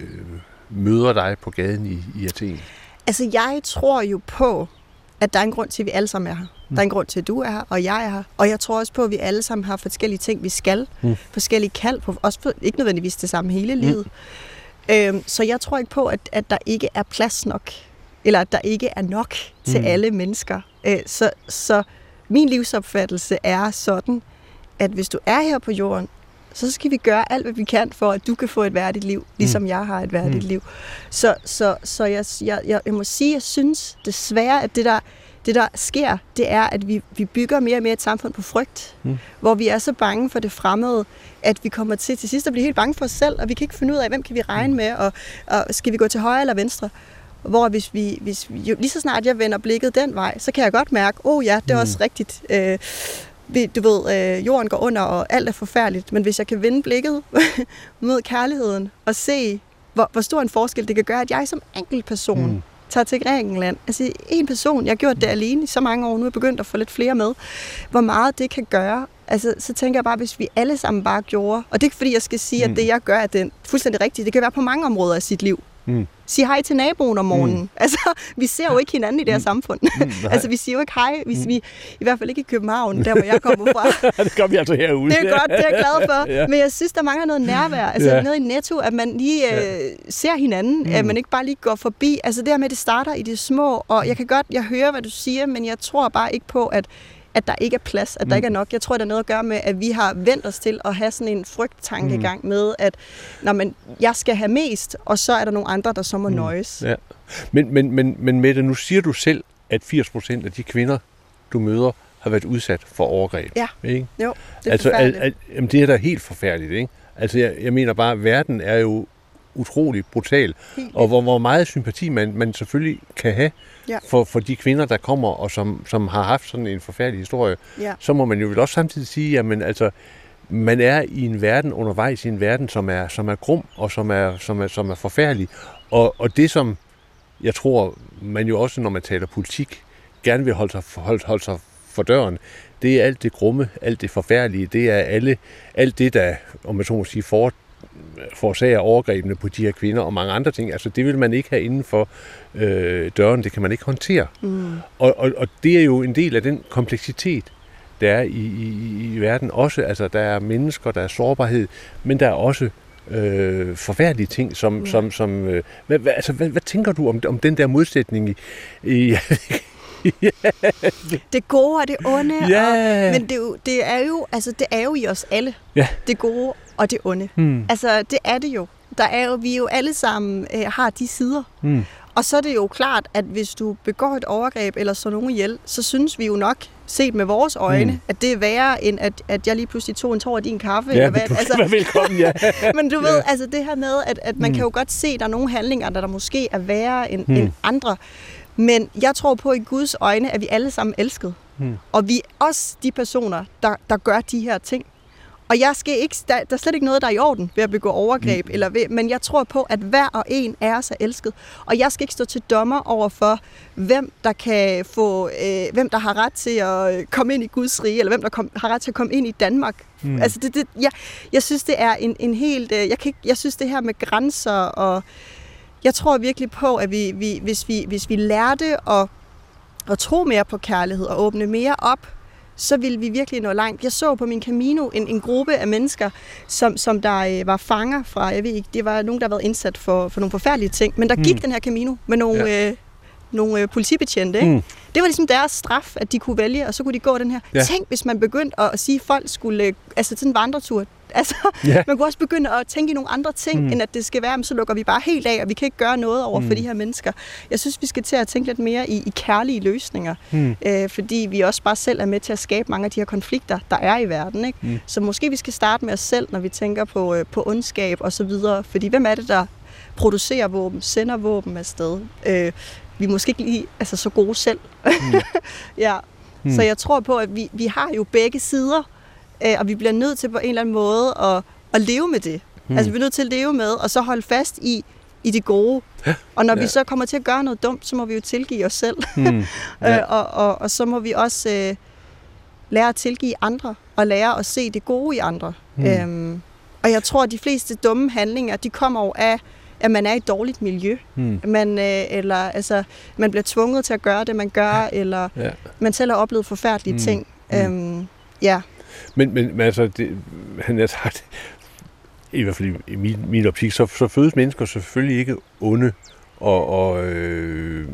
møder dig på gaden i, i Athen. Altså, jeg tror jo på, at der er en grund til, at vi alle sammen er her. Mm. Der er en grund til, at du er her, og jeg er her. Og jeg tror også på, at vi alle sammen har forskellige ting, vi skal. Mm. Forskellige kald på, også på, ikke nødvendigvis det samme hele livet. Mm. Øhm, så jeg tror ikke på, at, at der ikke er plads nok, eller at der ikke er nok til mm. alle mennesker. Øh, så, så min livsopfattelse er sådan, at hvis du er her på jorden, så skal vi gøre alt, hvad vi kan, for at du kan få et værdigt liv, ligesom mm. jeg har et værdigt mm. liv. Så, så, så jeg, jeg, jeg, jeg må sige, at jeg synes desværre, at det der, det der sker, det er, at vi, vi bygger mere og mere et samfund på frygt, mm. hvor vi er så bange for det fremmede, at vi kommer til til sidst at blive helt bange for os selv, og vi kan ikke finde ud af, hvem kan vi regne med, og, og skal vi gå til højre eller venstre. Hvor hvis vi, hvis vi jo, lige så snart jeg vender blikket den vej, så kan jeg godt mærke, åh oh, ja, det er mm. også rigtigt. Øh, Du ved, øh, jorden går under, og alt er forfærdeligt. Men hvis jeg kan vende blikket mod kærligheden og se, hvor, hvor stor en forskel det kan gøre, at jeg som enkeltperson mm. tager til Grækenland. Altså en person, jeg har gjort det alene i så mange år, nu er jeg begyndt at få lidt flere med, hvor meget det kan gøre. Altså, så tænker jeg bare, hvis vi alle sammen bare gjorde, og det er ikke fordi, jeg skal sige, mm. at det jeg gør, at det er fuldstændig rigtigt. Det kan være på mange områder af sit liv. Mm. Sig hej til naboen om morgenen. Mm. Altså, vi ser jo ikke hinanden i det her mm. samfund. Mm, altså, vi siger jo ikke hej, hvis mm. vi, i hvert fald ikke i København, der hvor jeg kommer fra. Det gør vi altså herude. Det er godt, det er jeg glad for. Ja. Men jeg synes, der mangler noget nærvær. Altså, ja. Nede i Netto, at man lige øh, ja. ser hinanden, mm. at man ikke bare lige går forbi. Altså, det her med, at det starter i det små, og jeg kan godt, jeg hører, hvad du siger, men jeg tror bare ikke på, at at der ikke er plads, at der mm. ikke er nok. Jeg tror, det er noget at gøre med, at vi har vendt os til at have sådan en frygttankegang mm. med, at når man, jeg skal have mest, og så er der nogle andre, der så må mm. nøjes. Ja. Men, men, men, men Mette, nu siger du selv, at firs procent af de kvinder, du møder, har været udsat for overgreb. Ja, ikke? Jo, det er altså, forfærdeligt. Al, al, jamen, det er da helt forfærdeligt, ikke? Altså, jeg, jeg mener bare, at verden er jo utrolig brutal, og hvor, hvor meget sympati man, man selvfølgelig kan have ja. for, for de kvinder, der kommer, og som, som har haft sådan en forfærdelig historie, ja. Så må man jo vel også samtidig sige, jamen altså, man er i en verden, undervejs i en verden, som er, som er grum, og som er, som er, som er forfærdelig. Og, og det, som jeg tror, man jo også, når man taler politik, gerne vil holde sig, holde, holde sig for døren, det er alt det grumme, alt det forfærdelige, det er alle, alt det, der, om man så må sige, for forårsager overgrebene på de her kvinder og mange andre ting. Altså, det vil man ikke have inden for øh, døren. Det kan man ikke håndtere. Mm. Og, og, og det er jo en del af den kompleksitet, der er i, i, i verden også. Altså, der er mennesker, der er sårbarhed, men der er også øh, forfærdelige ting, som... Mm. som, som øh, hvad, hvad, altså, hvad, hvad tænker du om, om den der modsætning i... i det gode og det onde, yeah. og, men det er, jo, det, er jo, altså, det er jo i os alle. Yeah. Det gode og det onde. Hmm. Altså, det er det jo. Der er jo, vi jo alle sammen øh, har de sider. Hmm. Og så er det jo klart, at hvis du begår et overgreb eller så nogen ihjel, så synes vi jo nok, set med vores øjne, hmm. at det er værre, end at, at jeg lige pludselig tog en tår af din kaffe. Ja, eller hvad. Du altså, velkommen, ja. Men du ved, ja. altså det her med, at, at man hmm. kan jo godt se, at der er nogle handlinger, der, der måske er værre end, hmm. end andre. Men jeg tror på, i Guds øjne, at vi alle sammen elskede. Hmm. Og vi er også de personer, der, der gør de her ting. Og jeg skal ikke, der, der er slet ikke noget, der er i orden ved at begå overgreb, mm. eller ved, men jeg tror på, at hver og en af os er elsket. Og jeg skal ikke stå til dommer over for, hvem der kan få, øh, hvem der har ret til at komme ind i Guds rige, eller hvem der kom, har ret til at komme ind i Danmark. Mm. Altså det, det, jeg, jeg synes, det er en, en helt, øh, jeg, kan ikke, jeg synes det her med grænser, og jeg tror virkelig på, at vi, vi, hvis, vi, hvis vi lærte at, at tro mere på kærlighed, og åbne mere op, så ville vi virkelig nå langt. Jeg så på min Camino en, en gruppe af mennesker, som, som der øh, var fanger fra, jeg ved ikke, det var nogen, der havde været indsat for, for nogle forfærdelige ting, men der gik mm. den her Camino med nogle, ja. øh, nogle øh, politibetjente. Ikke? Mm. Det var ligesom deres straf, at de kunne vælge, og så kunne de gå den her. Ja. Tænk, hvis man begyndte at sige, at folk skulle, øh, altså sådan en vandretur, altså, ja. Man kunne også begynde at tænke i nogle andre ting, mm. end at det skal være, men så lukker vi bare helt af, og vi kan ikke gøre noget over mm. for de her mennesker. Jeg synes, vi skal til at tænke lidt mere i, i kærlige løsninger, mm. øh, fordi vi også bare selv er med til at skabe mange af de her konflikter, der er i verden. Ikke? Mm. Så måske vi skal starte med os selv, når vi tænker på, øh, på ondskab og så videre, fordi hvem er det, der producerer våben, sender våben afsted? Øh, vi er måske ikke lige altså, så gode selv. Mm. ja. mm. Så jeg tror på, at vi, vi har jo begge sider, og vi bliver nødt til på en eller anden måde at, at leve med det. Hmm. Altså vi er nødt til at leve med, og så holde fast i, i det gode. Ja. Og når ja. vi så kommer til at gøre noget dumt, så må vi jo tilgive os selv. Hmm. Ja. og, og, og så må vi også øh, lære at tilgive andre, og lære at se det gode i andre. Hmm. Øhm, og jeg tror, at de fleste dumme handlinger, de kommer jo af, at man er i et dårligt miljø. Hmm. Man, øh, eller, altså, man bliver tvunget til at gøre det, man gør, ja. eller ja. man selv har oplevet forfærdelige hmm. ting. Hmm. Øhm, ja. Men, men, men altså, det, han har sagt, i hvert fald i min, min optik, så, så fødes mennesker selvfølgelig ikke onde og, og øh,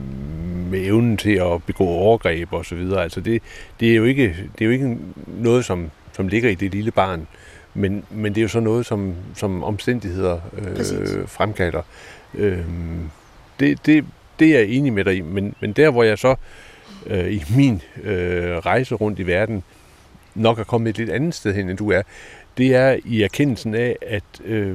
med evnen til at begå overgreb og så videre. Altså det, det, er jo ikke, det er jo ikke noget, som, som ligger i det lille barn, men, men det er jo så noget, som, som omstændigheder øh, fremkalder. Øh, det, det, det er jeg enig med dig i, men, men der, hvor jeg så øh, i min øh, rejse rundt i verden nok er kommet et lidt andet sted hen, end du er, det er i erkendelsen af, at, øh,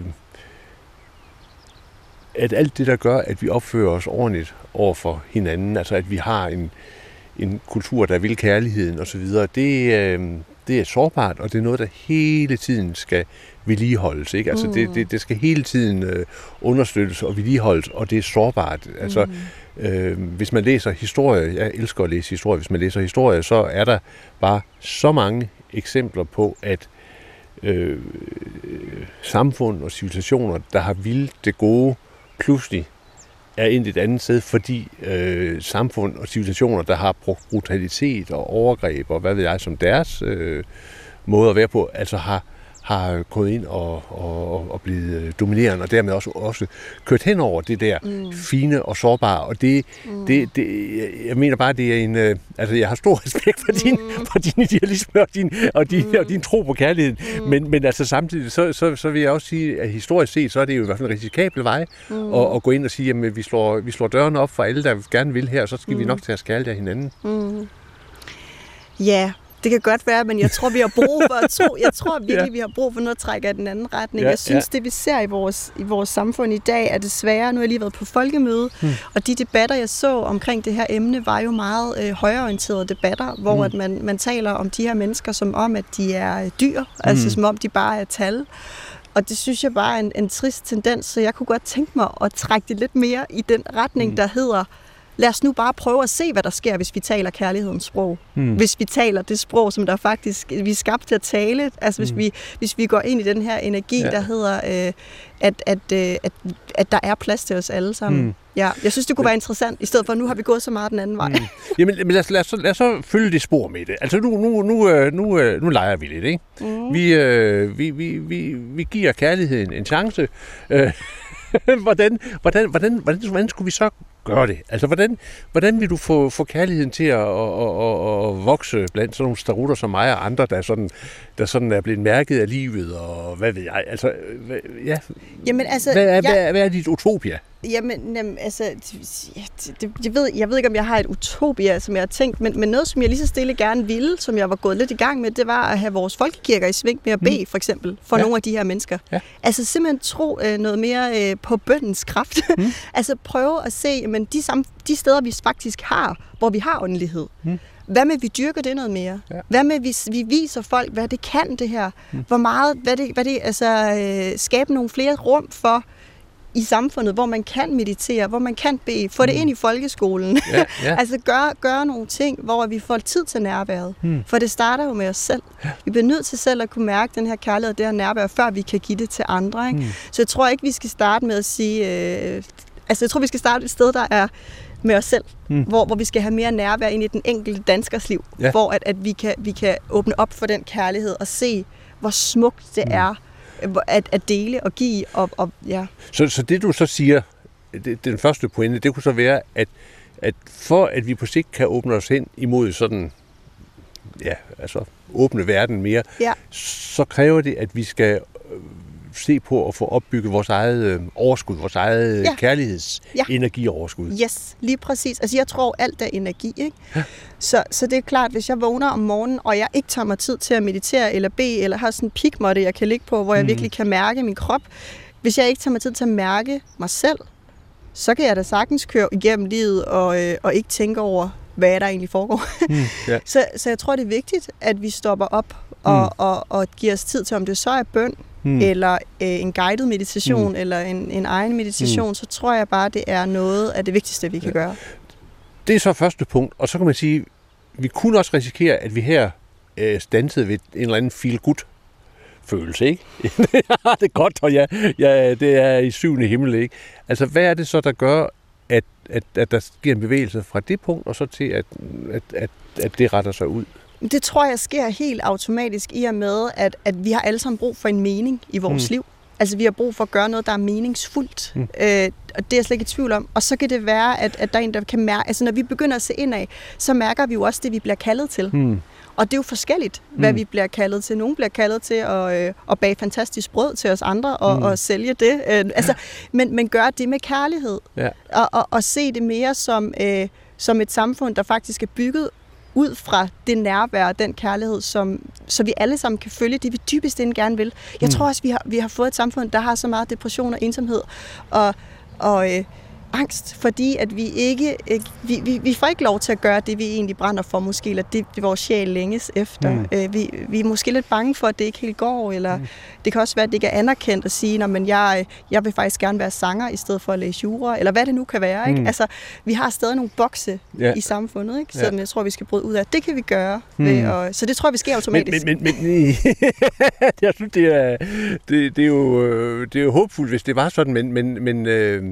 at alt det, der gør, at vi opfører os ordentligt over for hinanden, altså at vi har en, en kultur, der vil kærligheden osv., det, øh, det er sårbart, og det er noget, der hele tiden skal vedligeholdes. Ikke? Altså mm. det, det, det skal hele tiden øh, understøttes og vedligeholdes, og det er sårbart. Altså, mm. øh, hvis man læser historie, jeg elsker at læse historie, hvis man læser historie, så er der bare så mange eksempler på, at øh, samfund og civilisationer, der har vildt det gode, pludselig er ind et andet sted, fordi øh, samfund og civilisationer, der har brugt brutalitet og overgreb og hvad ved jeg, som deres øh, måde at være på, altså har har gået ind og, og, og blevet dominerende, og dermed også, også kørt hen over det der mm. fine og sårbare. Og det, mm. det, det, jeg mener bare, det er en... Altså, jeg har stor respekt for din, mm. for din idealisme og din, og din, mm. og din tro på kærligheden, mm. men, men altså samtidig, så, så, så vil jeg også sige, at historisk set, så er det jo i hvert fald en risikabel vej mm. at, at gå ind og sige, at vi slår, vi slår dørene op for alle, der gerne vil her, og så skal mm. vi nok til at skælde af hinanden. Mm. Ja, det kan godt være, men jeg tror, vi har brug for at tro. Jeg tror virkelig, ja. vi har brug for noget at trække af den anden retning. Ja, jeg synes, ja. det vi ser i vores, i vores samfund i dag, er desværre, nu har jeg lige været på folkemøde, hmm. og de debatter, jeg så omkring det her emne, var jo meget øh, højreorienterede debatter, hvor hmm. at man, man taler om de her mennesker som om, at de er dyr, hmm. altså som om de bare er tal. Og det synes jeg bare er en, en trist tendens, så jeg kunne godt tænke mig at trække det lidt mere i den retning, hmm. der hedder, lad os nu bare prøve at se, hvad der sker, hvis vi taler kærlighedens sprog. Hmm. Hvis vi taler det sprog, som der faktisk vi er skabt til at tale. Altså hvis, hmm. vi, hvis vi går ind i den her energi, ja. der hedder, øh, at, at, øh, at, at der er plads til os alle sammen. Hmm. Ja, jeg synes, det kunne men, være interessant, i stedet for, at nu har vi gået så meget den anden vej. Hmm. Jamen, lad os, lad, os, lad os så følge det spor med det. Altså, nu, nu, nu, nu, nu leger vi lidt, ikke? Hmm. Vi, øh, vi, vi, vi, vi giver kærligheden en chance. hvordan, hvordan, hvordan, hvordan, hvordan skulle vi så gøre det? Altså, hvordan, hvordan vil du få, få kærligheden til at, at, at, at vokse blandt sådan nogle starutter som mig og andre, der sådan, der sådan er blevet mærket af livet, og hvad ved jeg? Altså, hvad, ja. Jamen, altså, hvad, er, jeg... hvad, hvad er dit utopia? Jamen, jamen altså, det, det, jeg, ved, jeg ved ikke, om jeg har et utopia, som jeg har tænkt, men, men noget, som jeg lige så stille gerne ville, som jeg var gået lidt i gang med, det var at have vores folkekirker i sving med at bede, mm. for eksempel, for ja. nogle af de her mennesker. Ja. Altså simpelthen tro øh, noget mere øh, på bøndens kraft. Mm. Altså prøve at se, men de, samme, de steder, vi faktisk har, hvor vi har åndelighed, mm. Hvad med, vi dyrker det noget mere? Ja. Hvad med, vi, vi viser folk, hvad det kan, det her? Mm. Hvor meget, hvad det, hvad det altså, øh, skabe nogle flere rum for i samfundet, hvor man kan meditere, hvor man kan bede, få det mm. ind i folkeskolen. Ja, ja. altså gøre, gøre nogle ting, hvor vi får tid til nærværet. Mm. For det starter jo med os selv. Ja. Vi bliver nødt til selv at kunne mærke den her kærlighed, det her nærvær, før vi kan give det til andre. Ikke? Mm. Så jeg tror ikke, vi skal starte med at sige... Øh, altså jeg tror, vi skal starte et sted, der er med os selv, mm. hvor, hvor vi skal have mere nærvær ind i den enkelte danskers liv, ja. hvor at, at vi, kan, vi kan åbne op for den kærlighed og se, hvor smukt det mm. er, At, at dele og give. Og, og, ja. så, så det du så siger, det, den første pointe, det kunne så være, at, at for at vi på sigt kan åbne os hen imod sådan, ja, altså åbne verden mere, ja. så kræver det, at vi skal se på at få opbygget vores eget øh, overskud, vores eget ja. kærlighedsenergioverskud. Ja. Yes, lige præcis. Altså jeg tror, alt er energi, ikke? Ja. Så, så det er klart, hvis jeg vågner om morgenen, og jeg ikke tager mig tid til at meditere eller bede, eller har sådan en pikmåtte, jeg kan ligge på, hvor jeg mm. virkelig kan mærke min krop. Hvis jeg ikke tager mig tid til at mærke mig selv, så kan jeg da sagtens køre igennem livet og, øh, og ikke tænke over, hvad der egentlig foregår. Mm, yeah. så, så jeg tror, det er vigtigt, at vi stopper op og, mm. og, og giver os tid til, om det så er bøn, Hmm. eller øh, en guided meditation, hmm. eller en, en egen meditation, hmm. så tror jeg bare, det er noget af det vigtigste, vi kan ja. gøre. Det er så første punkt, og så kan man sige, vi kunne også risikere, at vi her øh, standsede ved en eller anden feel-good-følelse, ikke? det er godt, og ja, ja, det er i syvende himmel, ikke? Altså, hvad er det så, der gør, at, at, at der sker en bevægelse fra det punkt, og så til, at, at, at, at det retter sig ud? Det tror jeg sker helt automatisk i og med, at, at vi har alle sammen brug for en mening i vores mm. liv. Altså vi har brug for at gøre noget, der er meningsfuldt. Mm. Øh, og det er jeg slet ikke i tvivl om. Og så kan det være, at, at der er en, der kan mærke... Altså når vi begynder at se indad, så mærker vi jo også det, vi bliver kaldet til. Mm. Og det er jo forskelligt, hvad mm. vi bliver kaldet til. Nogle bliver kaldet til at, øh, at bage fantastisk brød til os andre og, mm. og sælge det. Øh, altså, men, men gør det med kærlighed. Ja. Og, og, og se det mere som, øh, som et samfund, der faktisk er bygget ud fra det nærvær og den kærlighed, som, så vi alle sammen kan følge det, vi dybest inde gerne vil. Jeg mm. tror også, vi har, vi har fået et samfund, der har så meget depression og ensomhed og, og øh, angst, fordi at vi ikke, øh, vi, vi, vi får ikke lov til at gøre det, vi egentlig brænder for måske, eller det, det vores sjæl længes efter. Mm. Øh, vi, vi er måske lidt bange for, at det ikke helt går, eller mm. det kan også være, at det ikke er anerkendt at sige, men jeg, jeg vil faktisk gerne være sanger, i stedet for at læse jura, eller hvad det nu kan være. Ikke? Mm. Altså, vi har stadig nogle bokse yeah. i samfundet, ikke? Så yeah. jeg tror, vi skal bryde ud af. Det kan vi gøre. Mm. Ved, og, så det tror jeg, vi sker automatisk. Men, men, men, jeg synes, det er, det, det, er jo, det er jo håbfuldt, hvis det var sådan, men, men, men øh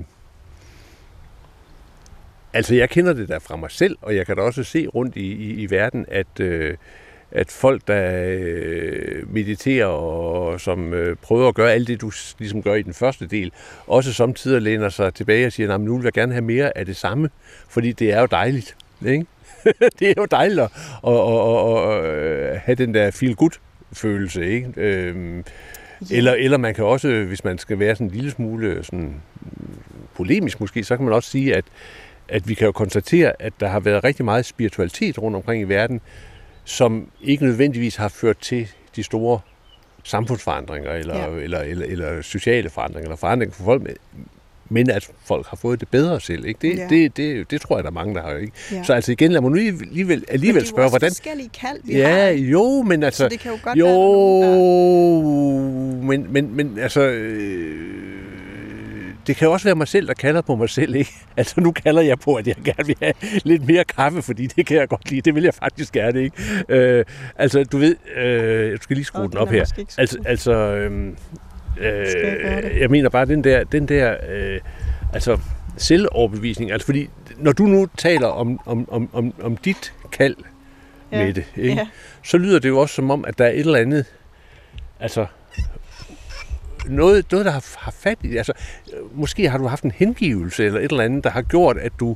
altså, jeg kender det der fra mig selv, og jeg kan da også se rundt i, i, i verden, at, øh, at folk, der øh, mediterer og som øh, prøver at gøre alt det, du ligesom gør i den første del, også samtidig læner sig tilbage og siger, nu vil jeg gerne have mere af det samme, fordi det er jo dejligt, ikke? Det er jo dejligt at, at, at, at have den der feel-good-følelse, ikke? Øhm, yeah. eller, eller man kan også, hvis man skal være sådan en lille smule sådan polemisk måske, så kan man også sige, at at vi kan jo konstatere, at der har været rigtig meget spiritualitet rundt omkring i verden, som ikke nødvendigvis har ført til de store samfundsforandringer, eller, ja. eller, eller, eller sociale forandringer, eller forandringer for folk, men at folk har fået det bedre selv. Ikke? Det, ja. det, det, det tror jeg, der er mange, der har. Ikke? Ja. Så altså igen, lad mig nu alligevel, alligevel spørge, hvordan... Men det er jo også forskellige kald, vi ja, har. Jo, men altså... Så det kan jo godt jo, være, nogen, der... men, men, men altså... Øh, det kan jo også være mig selv, der kalder på mig selv, ikke? Altså, nu kalder jeg på, at jeg gerne vil have lidt mere kaffe, fordi det kan jeg godt lide. Det vil jeg faktisk gerne, ikke? Øh, altså, du ved... Øh, jeg skal lige skrue oh, den op her. Altså, altså øh, øh, jeg mener bare, den der... Den der øh, altså, selvoverbevisning. Altså, fordi når du nu taler om, om, om, om, om dit kald ja. med det, ikke? Ja. Så lyder det jo også som om, at der er et eller andet... Altså... Noget, noget, der har, har fat i, altså måske har du haft en hengivelse eller et eller andet, der har gjort, at du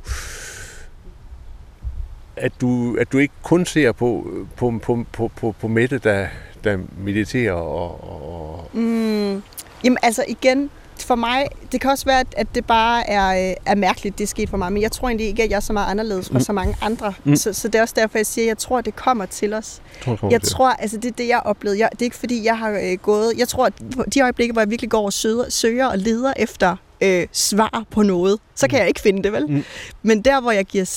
at du, at du ikke kun ser på, på, på, på, på, på Mette, der, der mediterer og... og... Mm, jamen altså igen, for mig, det kan også være, at det bare er, er mærkeligt, det er sket for mig, men jeg tror egentlig ikke, at jeg er så meget anderledes fra mm. så mange andre. Mm. Så, så det er også derfor, jeg siger, at jeg tror, at det kommer til os. Jeg tror, jeg tror altså det er det, jeg oplevede. Jeg, det er ikke fordi, jeg har øh, gået... Jeg tror, at de øjeblikke, hvor jeg virkelig går og søger, søger og leder efter øh, svar på noget, så kan jeg ikke finde det, vel? Mm. Men der, hvor jeg giver slip,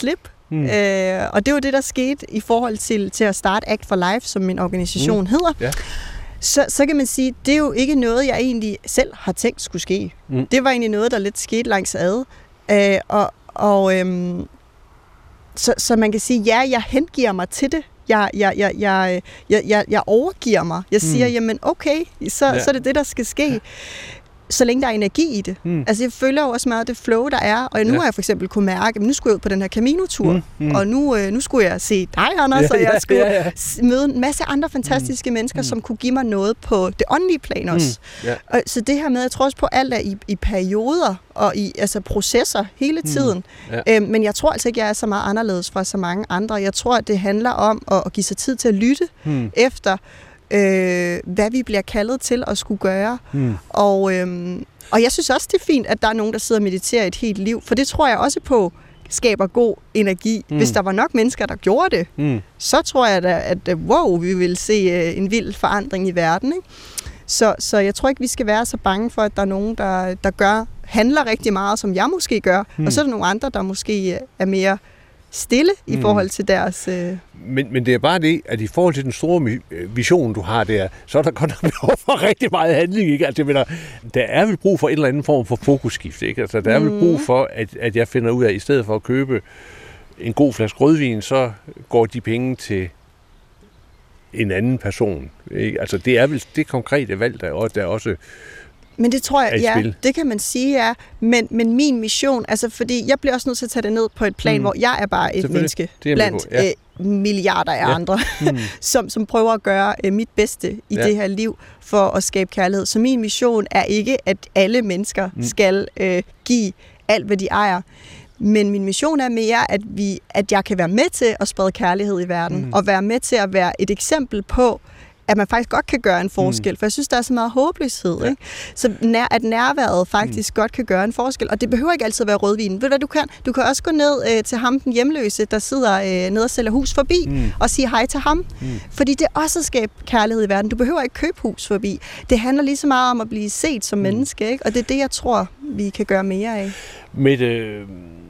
Mm. Øh, og det var det, der skete i forhold til, til at starte Act for Life, som min organisation mm. hedder. Ja. Så, så kan man sige, det er jo ikke noget, jeg egentlig selv har tænkt skulle ske. Mm. Det var egentlig noget, der lidt skete langs ad. Øh, og og øhm, så, så man kan sige, ja, jeg hengiver mig til det. Jeg, jeg, jeg, jeg, jeg, jeg, jeg overgiver mig. Jeg siger, mm. jamen okay, så, ja. så er det det, der skal ske. Ja. Så længe der er energi i det. Mm. Altså jeg følger jo også meget det flow, der er. Og nu ja. har jeg for eksempel kunne mærke, at nu skulle jeg ud på den her Camino-tur. Mm. Mm. Og nu, øh, nu skulle jeg se dig, Anders, ja, og jeg ja, skulle ja, ja. møde en masse andre fantastiske mm. mennesker, mm. som kunne give mig noget på det åndelige plan også. Mm. Ja. Og, så det her med, jeg tror også på alt er i, i perioder og i altså processer hele tiden. Mm. Ja. Øhm, men jeg tror altså ikke, jeg er så meget anderledes fra så mange andre. Jeg tror, at det handler om at, at give sig tid til at lytte mm. efter, Øh, hvad vi bliver kaldet til at skulle gøre. Mm. Og, øhm, og jeg synes også, det er fint, at der er nogen, der sidder og mediterer et helt liv, for det tror jeg også på skaber god energi. Mm. Hvis der var nok mennesker, der gjorde det, mm. så tror jeg da, at wow, vi vil se en vild forandring i verden. Ikke? Så, så jeg tror ikke, vi skal være så bange for, at der er nogen, der, der gør, handler rigtig meget, som jeg måske gør, mm. og så er der nogle andre, der måske er mere stille i mm. forhold til deres... Øh... Men, men det er bare det, at i forhold til den store vision, du har der, så er der godt nok behov for rigtig meget handling, ikke? Altså, mener, der er vel brug for en eller anden form for fokusskift, ikke? Altså, der er vel brug for, at, at jeg finder ud af, at i stedet for at købe en god flaske rødvin, så går de penge til en anden person, ikke? Altså, det er vel det konkrete valg, der, der også... Men det tror jeg, ja, det kan man sige, ja. Men, men min mission, altså fordi jeg bliver også nødt til at tage det ned på et plan, mm. hvor jeg er bare et menneske blandt ja. øh, milliarder af ja. andre, mm. som, som prøver at gøre øh, mit bedste i ja. det her liv for at skabe kærlighed. Så min mission er ikke, at alle mennesker mm. skal øh, give alt, hvad de ejer. Men min mission er mere, at, vi, at jeg kan være med til at sprede kærlighed i verden, mm. og være med til at være et eksempel på, at man faktisk godt kan gøre en forskel, mm. for jeg synes, der er så meget håbløshed, ja. ikke? Så nær, at nærværet faktisk mm. godt kan gøre en forskel, og det behøver ikke altid at være rødvin. Ved du hvad du kan? Du kan også gå ned øh, til ham, den hjemløse, der sidder øh, nede og sælger hus forbi, mm. og sige hej til ham, mm. fordi det er også at skabe kærlighed i verden. Du behøver ikke købe hus forbi. Det handler lige så meget om at blive set som mm. menneske, ikke? Og det er det, jeg tror, vi kan gøre mere af. Mette,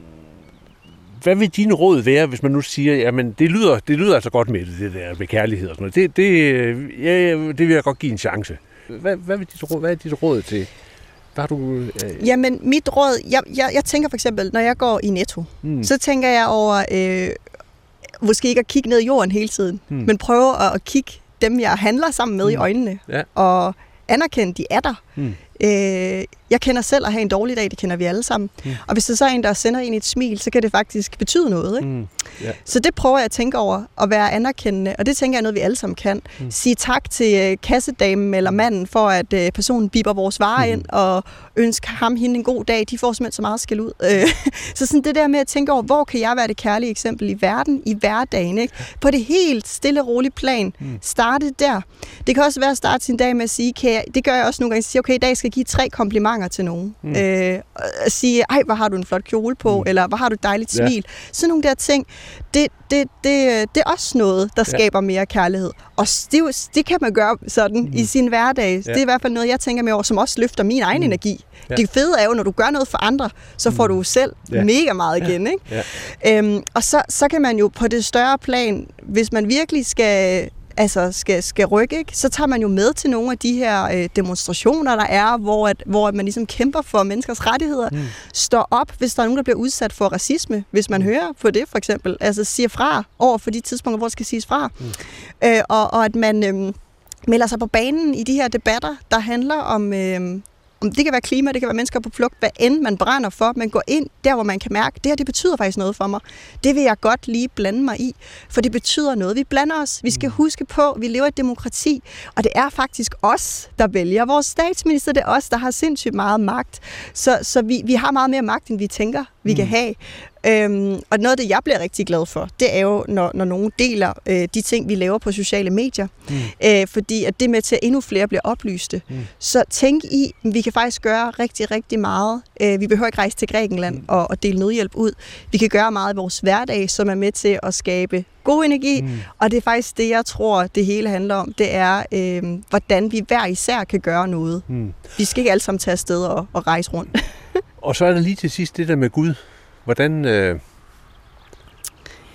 hvad vil dine råd være, hvis man nu siger, jamen det lyder, det lyder altså godt med det, det der med kærlighed og sådan noget. Det, det, ja, det vil jeg godt give en chance. Hvad, hvad, vil dit råd, hvad er dit råd til? Hvad har du... Øh... Jamen mit råd, jeg, jeg, jeg tænker for eksempel, når jeg går i Netto, mm. så tænker jeg over, øh, måske ikke at kigge ned i jorden hele tiden, mm. men prøve at, at kigge dem, jeg handler sammen med mm. i øjnene, ja. og anerkende, de er der. Mm. Øh, jeg kender selv at have en dårlig dag, det kender vi alle sammen. Mm. Og hvis der så er en, der sender en et smil, så kan det faktisk betyde noget. Ikke? Mm. Yeah. Så det prøver jeg at tænke over, at være anerkendende, og det tænker jeg er noget, vi alle sammen kan. Mm. Sige tak til kassedamen eller manden, for at øh, personen biber vores varer mm. ind, og ønske ham hende en god dag. De får simpelthen så meget skæld ud. Øh, så sådan det der med at tænke over, hvor kan jeg være det kærlige eksempel i verden, i hverdagen. Ikke? På det helt stille og rolige plan. Mm. Starte der. Det kan også være at starte sin dag med at sige, kan jeg, det gør jeg også nogle gange, at sige, okay, i dag skal jeg give tre komplimenter til nogen. Mm. Øh, at sige, ej, hvor har du en flot kjole på, mm. eller hvor har du et dejligt smil. Ja. Sådan nogle der ting, det, det, det, det er også noget, der ja. skaber mere kærlighed. Og det, det kan man gøre sådan mm. i sin hverdag. Ja. Det er i hvert fald noget, jeg tænker mere over, som også løfter min egen mm. energi. Ja. Det fede er jo, når du gør noget for andre, så får du selv ja. mega meget igen. Ikke? Ja. Øhm, og så, så kan man jo på det større plan, hvis man virkelig skal... altså skal, skal rykke, ikke? Så tager man jo med til nogle af de her øh, demonstrationer, der er, hvor, at, hvor man ligesom kæmper for menneskers rettigheder, mm. står op, hvis der er nogen, der bliver udsat for racisme, hvis man mm. hører på det for eksempel, altså siger fra over for de tidspunkter, hvor det skal siges fra. Mm. Øh, og, og at man øh, melder sig på banen i de her debatter, der handler om... Øh, det kan være klima, det kan være mennesker på flugt, hvad end man brænder for, men går ind der, hvor man kan mærke, det her, det betyder faktisk noget for mig. Det vil jeg godt lige blande mig i, for det betyder noget. Vi blander os. Vi skal huske på, at vi lever i et demokrati, og det er faktisk os, der vælger vores statsminister. Det er os, der har sindssygt meget magt. Så, så vi, vi har meget mere magt, end vi tænker, vi mm. kan have. Øhm, og noget af det, jeg bliver rigtig glad for, det er jo, når, når nogen deler øh, de ting, vi laver på sociale medier. Mm. Øh, fordi at det er med til, at endnu flere bliver oplyste. Mm. Så tænk i, vi kan faktisk gøre rigtig, rigtig meget. Øh, vi behøver ikke rejse til Grækenland mm. og, og dele nødhjælp ud. Vi kan gøre meget i vores hverdag, som er med til at skabe god energi. Mm. Og det er faktisk det, jeg tror, det hele handler om. Det er, øh, hvordan vi hver især kan gøre noget. Mm. Vi skal ikke alle sammen tage afsted og, og rejse rundt. Og så er der lige til sidst det der med Gud. Hvordan, øh,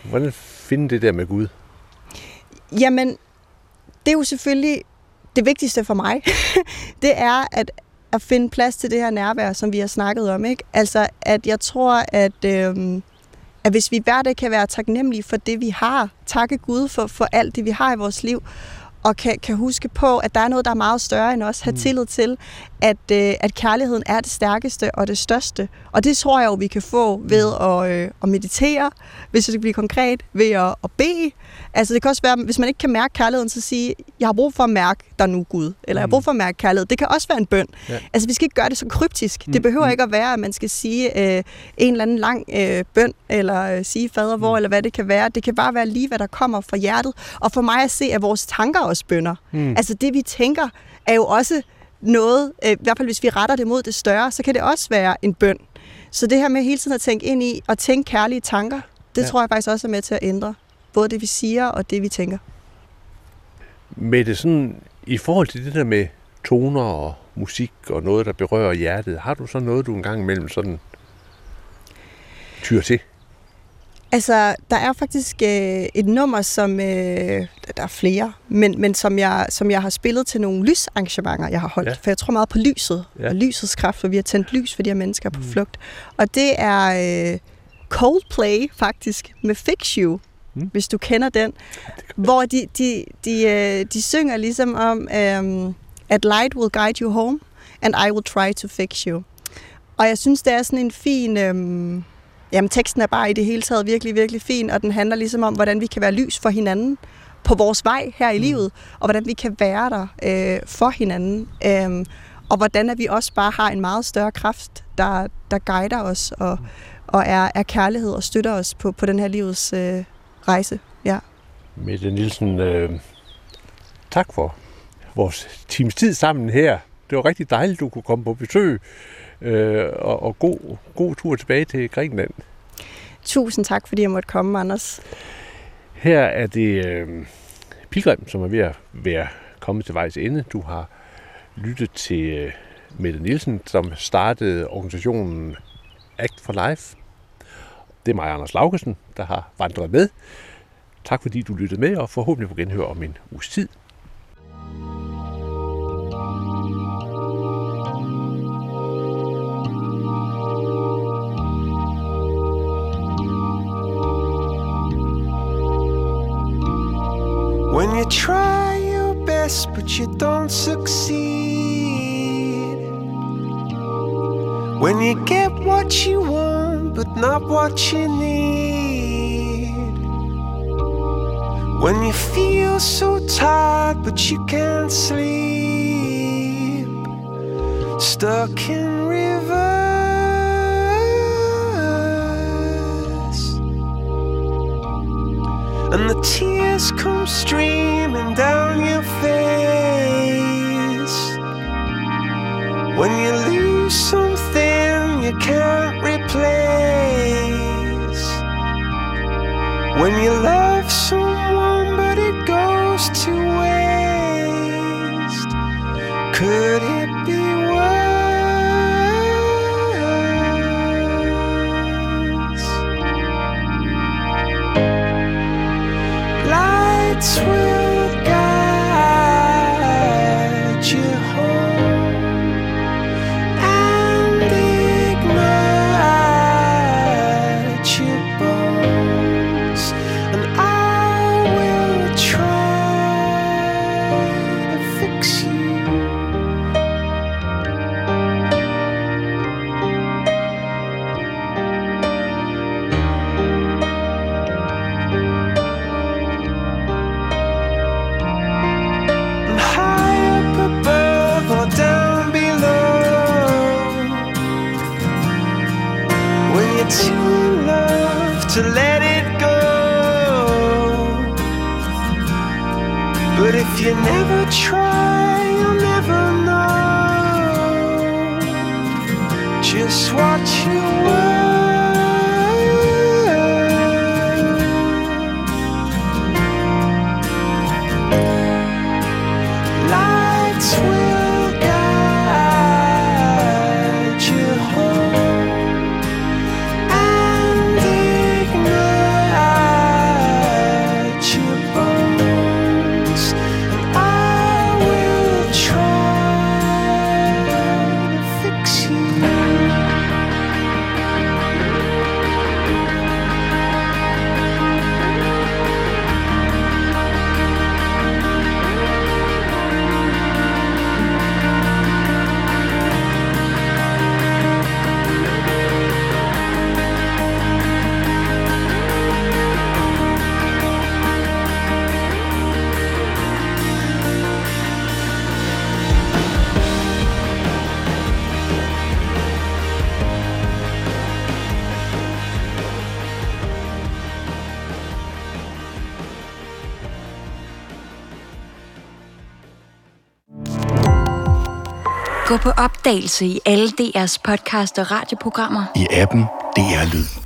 Hvordan finde det der med Gud? Jamen, det er jo selvfølgelig det vigtigste for mig. Det er at, at finde plads til det her nærvær, som vi har snakket om. Ikke? Altså, at jeg tror, at, øhm, at hvis vi hver dag kan være taknemmelige for det, vi har, takke Gud for, for alt det, vi har i vores liv, og kan, kan huske på, at der er noget, der er meget større end os. Have mm. tillid til, at, øh, at kærligheden er det stærkeste og det største. Og det tror jeg jo, vi kan få ved at, øh, at meditere, hvis det skal blive konkret, ved at, at bede. Altså det kan også være, hvis man ikke kan mærke kærligheden, så sige, jeg har brug for at mærke dig nu, Gud. Eller jeg har brug for at mærke kærlighed. Det kan også være en bøn. Ja. Altså vi skal ikke gøre det så kryptisk. Mm. Det behøver mm. ikke at være, at man skal sige øh, en eller anden lang øh, bøn, eller øh, sige fader hvor, mm. eller hvad det kan være. Det kan bare være lige, hvad der kommer fra hjertet. Og for mig at se, at vores tanker også bønner. Mm. Altså det, vi tænker, er jo også noget, øh, i hvert fald hvis vi retter det mod det større, så kan det også være en bøn. Så det her med hele tiden at tænke ind i, og tænke kærlige tanker, det ja. tror jeg faktisk også er med til at ændre. Både det, vi siger, og det, vi tænker. Med det sådan, i forhold til det der med toner og musik og noget, der berører hjertet, har du så noget, du en gang imellem sådan tyr til? Altså, der er faktisk øh, et nummer, som, øh, der er flere, men, men som, jeg, som jeg har spillet til nogle lysarrangementer, jeg har holdt. Ja. For jeg tror meget på lyset, ja. og lysets kraft, for vi har tændt lys for de her mennesker på mm. flugt. Og det er øh, Coldplay faktisk, med Fix You, mm. hvis du kender den. Hvor de, de, de, øh, de synger ligesom om, øh, at light will guide you home, and I will try to fix you. Og jeg synes, det er sådan en fin... Øh, Jamen, teksten er bare i det hele taget virkelig, virkelig fin, og den handler ligesom om, hvordan vi kan være lys for hinanden på vores vej her i mm. livet, og hvordan vi kan være der øh, for hinanden, øh, og hvordan at vi også bare har en meget større kraft, der, der guider os, og, og er, er kærlighed og støtter os på, på den her livets øh, rejse. Ja. Mette Nielsen, øh, tak for vores times tid sammen her. Det var rigtig dejligt, du kunne komme på besøg. Øh, og og god, god tur tilbage til Grækenland. Tusind tak, fordi jeg måtte komme, Anders. Her er det øh, Pilgrim, som er ved at være kommet til vejs ende. Du har lyttet til øh, Mette Nielsen, som startede organisationen Act for Life. Det er mig, Anders Laugesen, der har vandret med. Tak fordi du lyttede med, og forhåbentlig på genhør om en uges tid. When you try your best but you don't succeed, when you get what you want but not what you need, when you feel so tired but you can't sleep, stuck in reverse, and the tears come streaming down your face, when you lose something you can't replace, when you love someone but it goes to waste, could it be worse? Lights will guide you home and ignite your bones, and I will try to fix you. To love, to let it go, but if you never try, you'll never know just what you were. Lights will guide you home. I Gå på opdagelse i alle D R's podcast og radioprogrammer. I appen D R Lyd.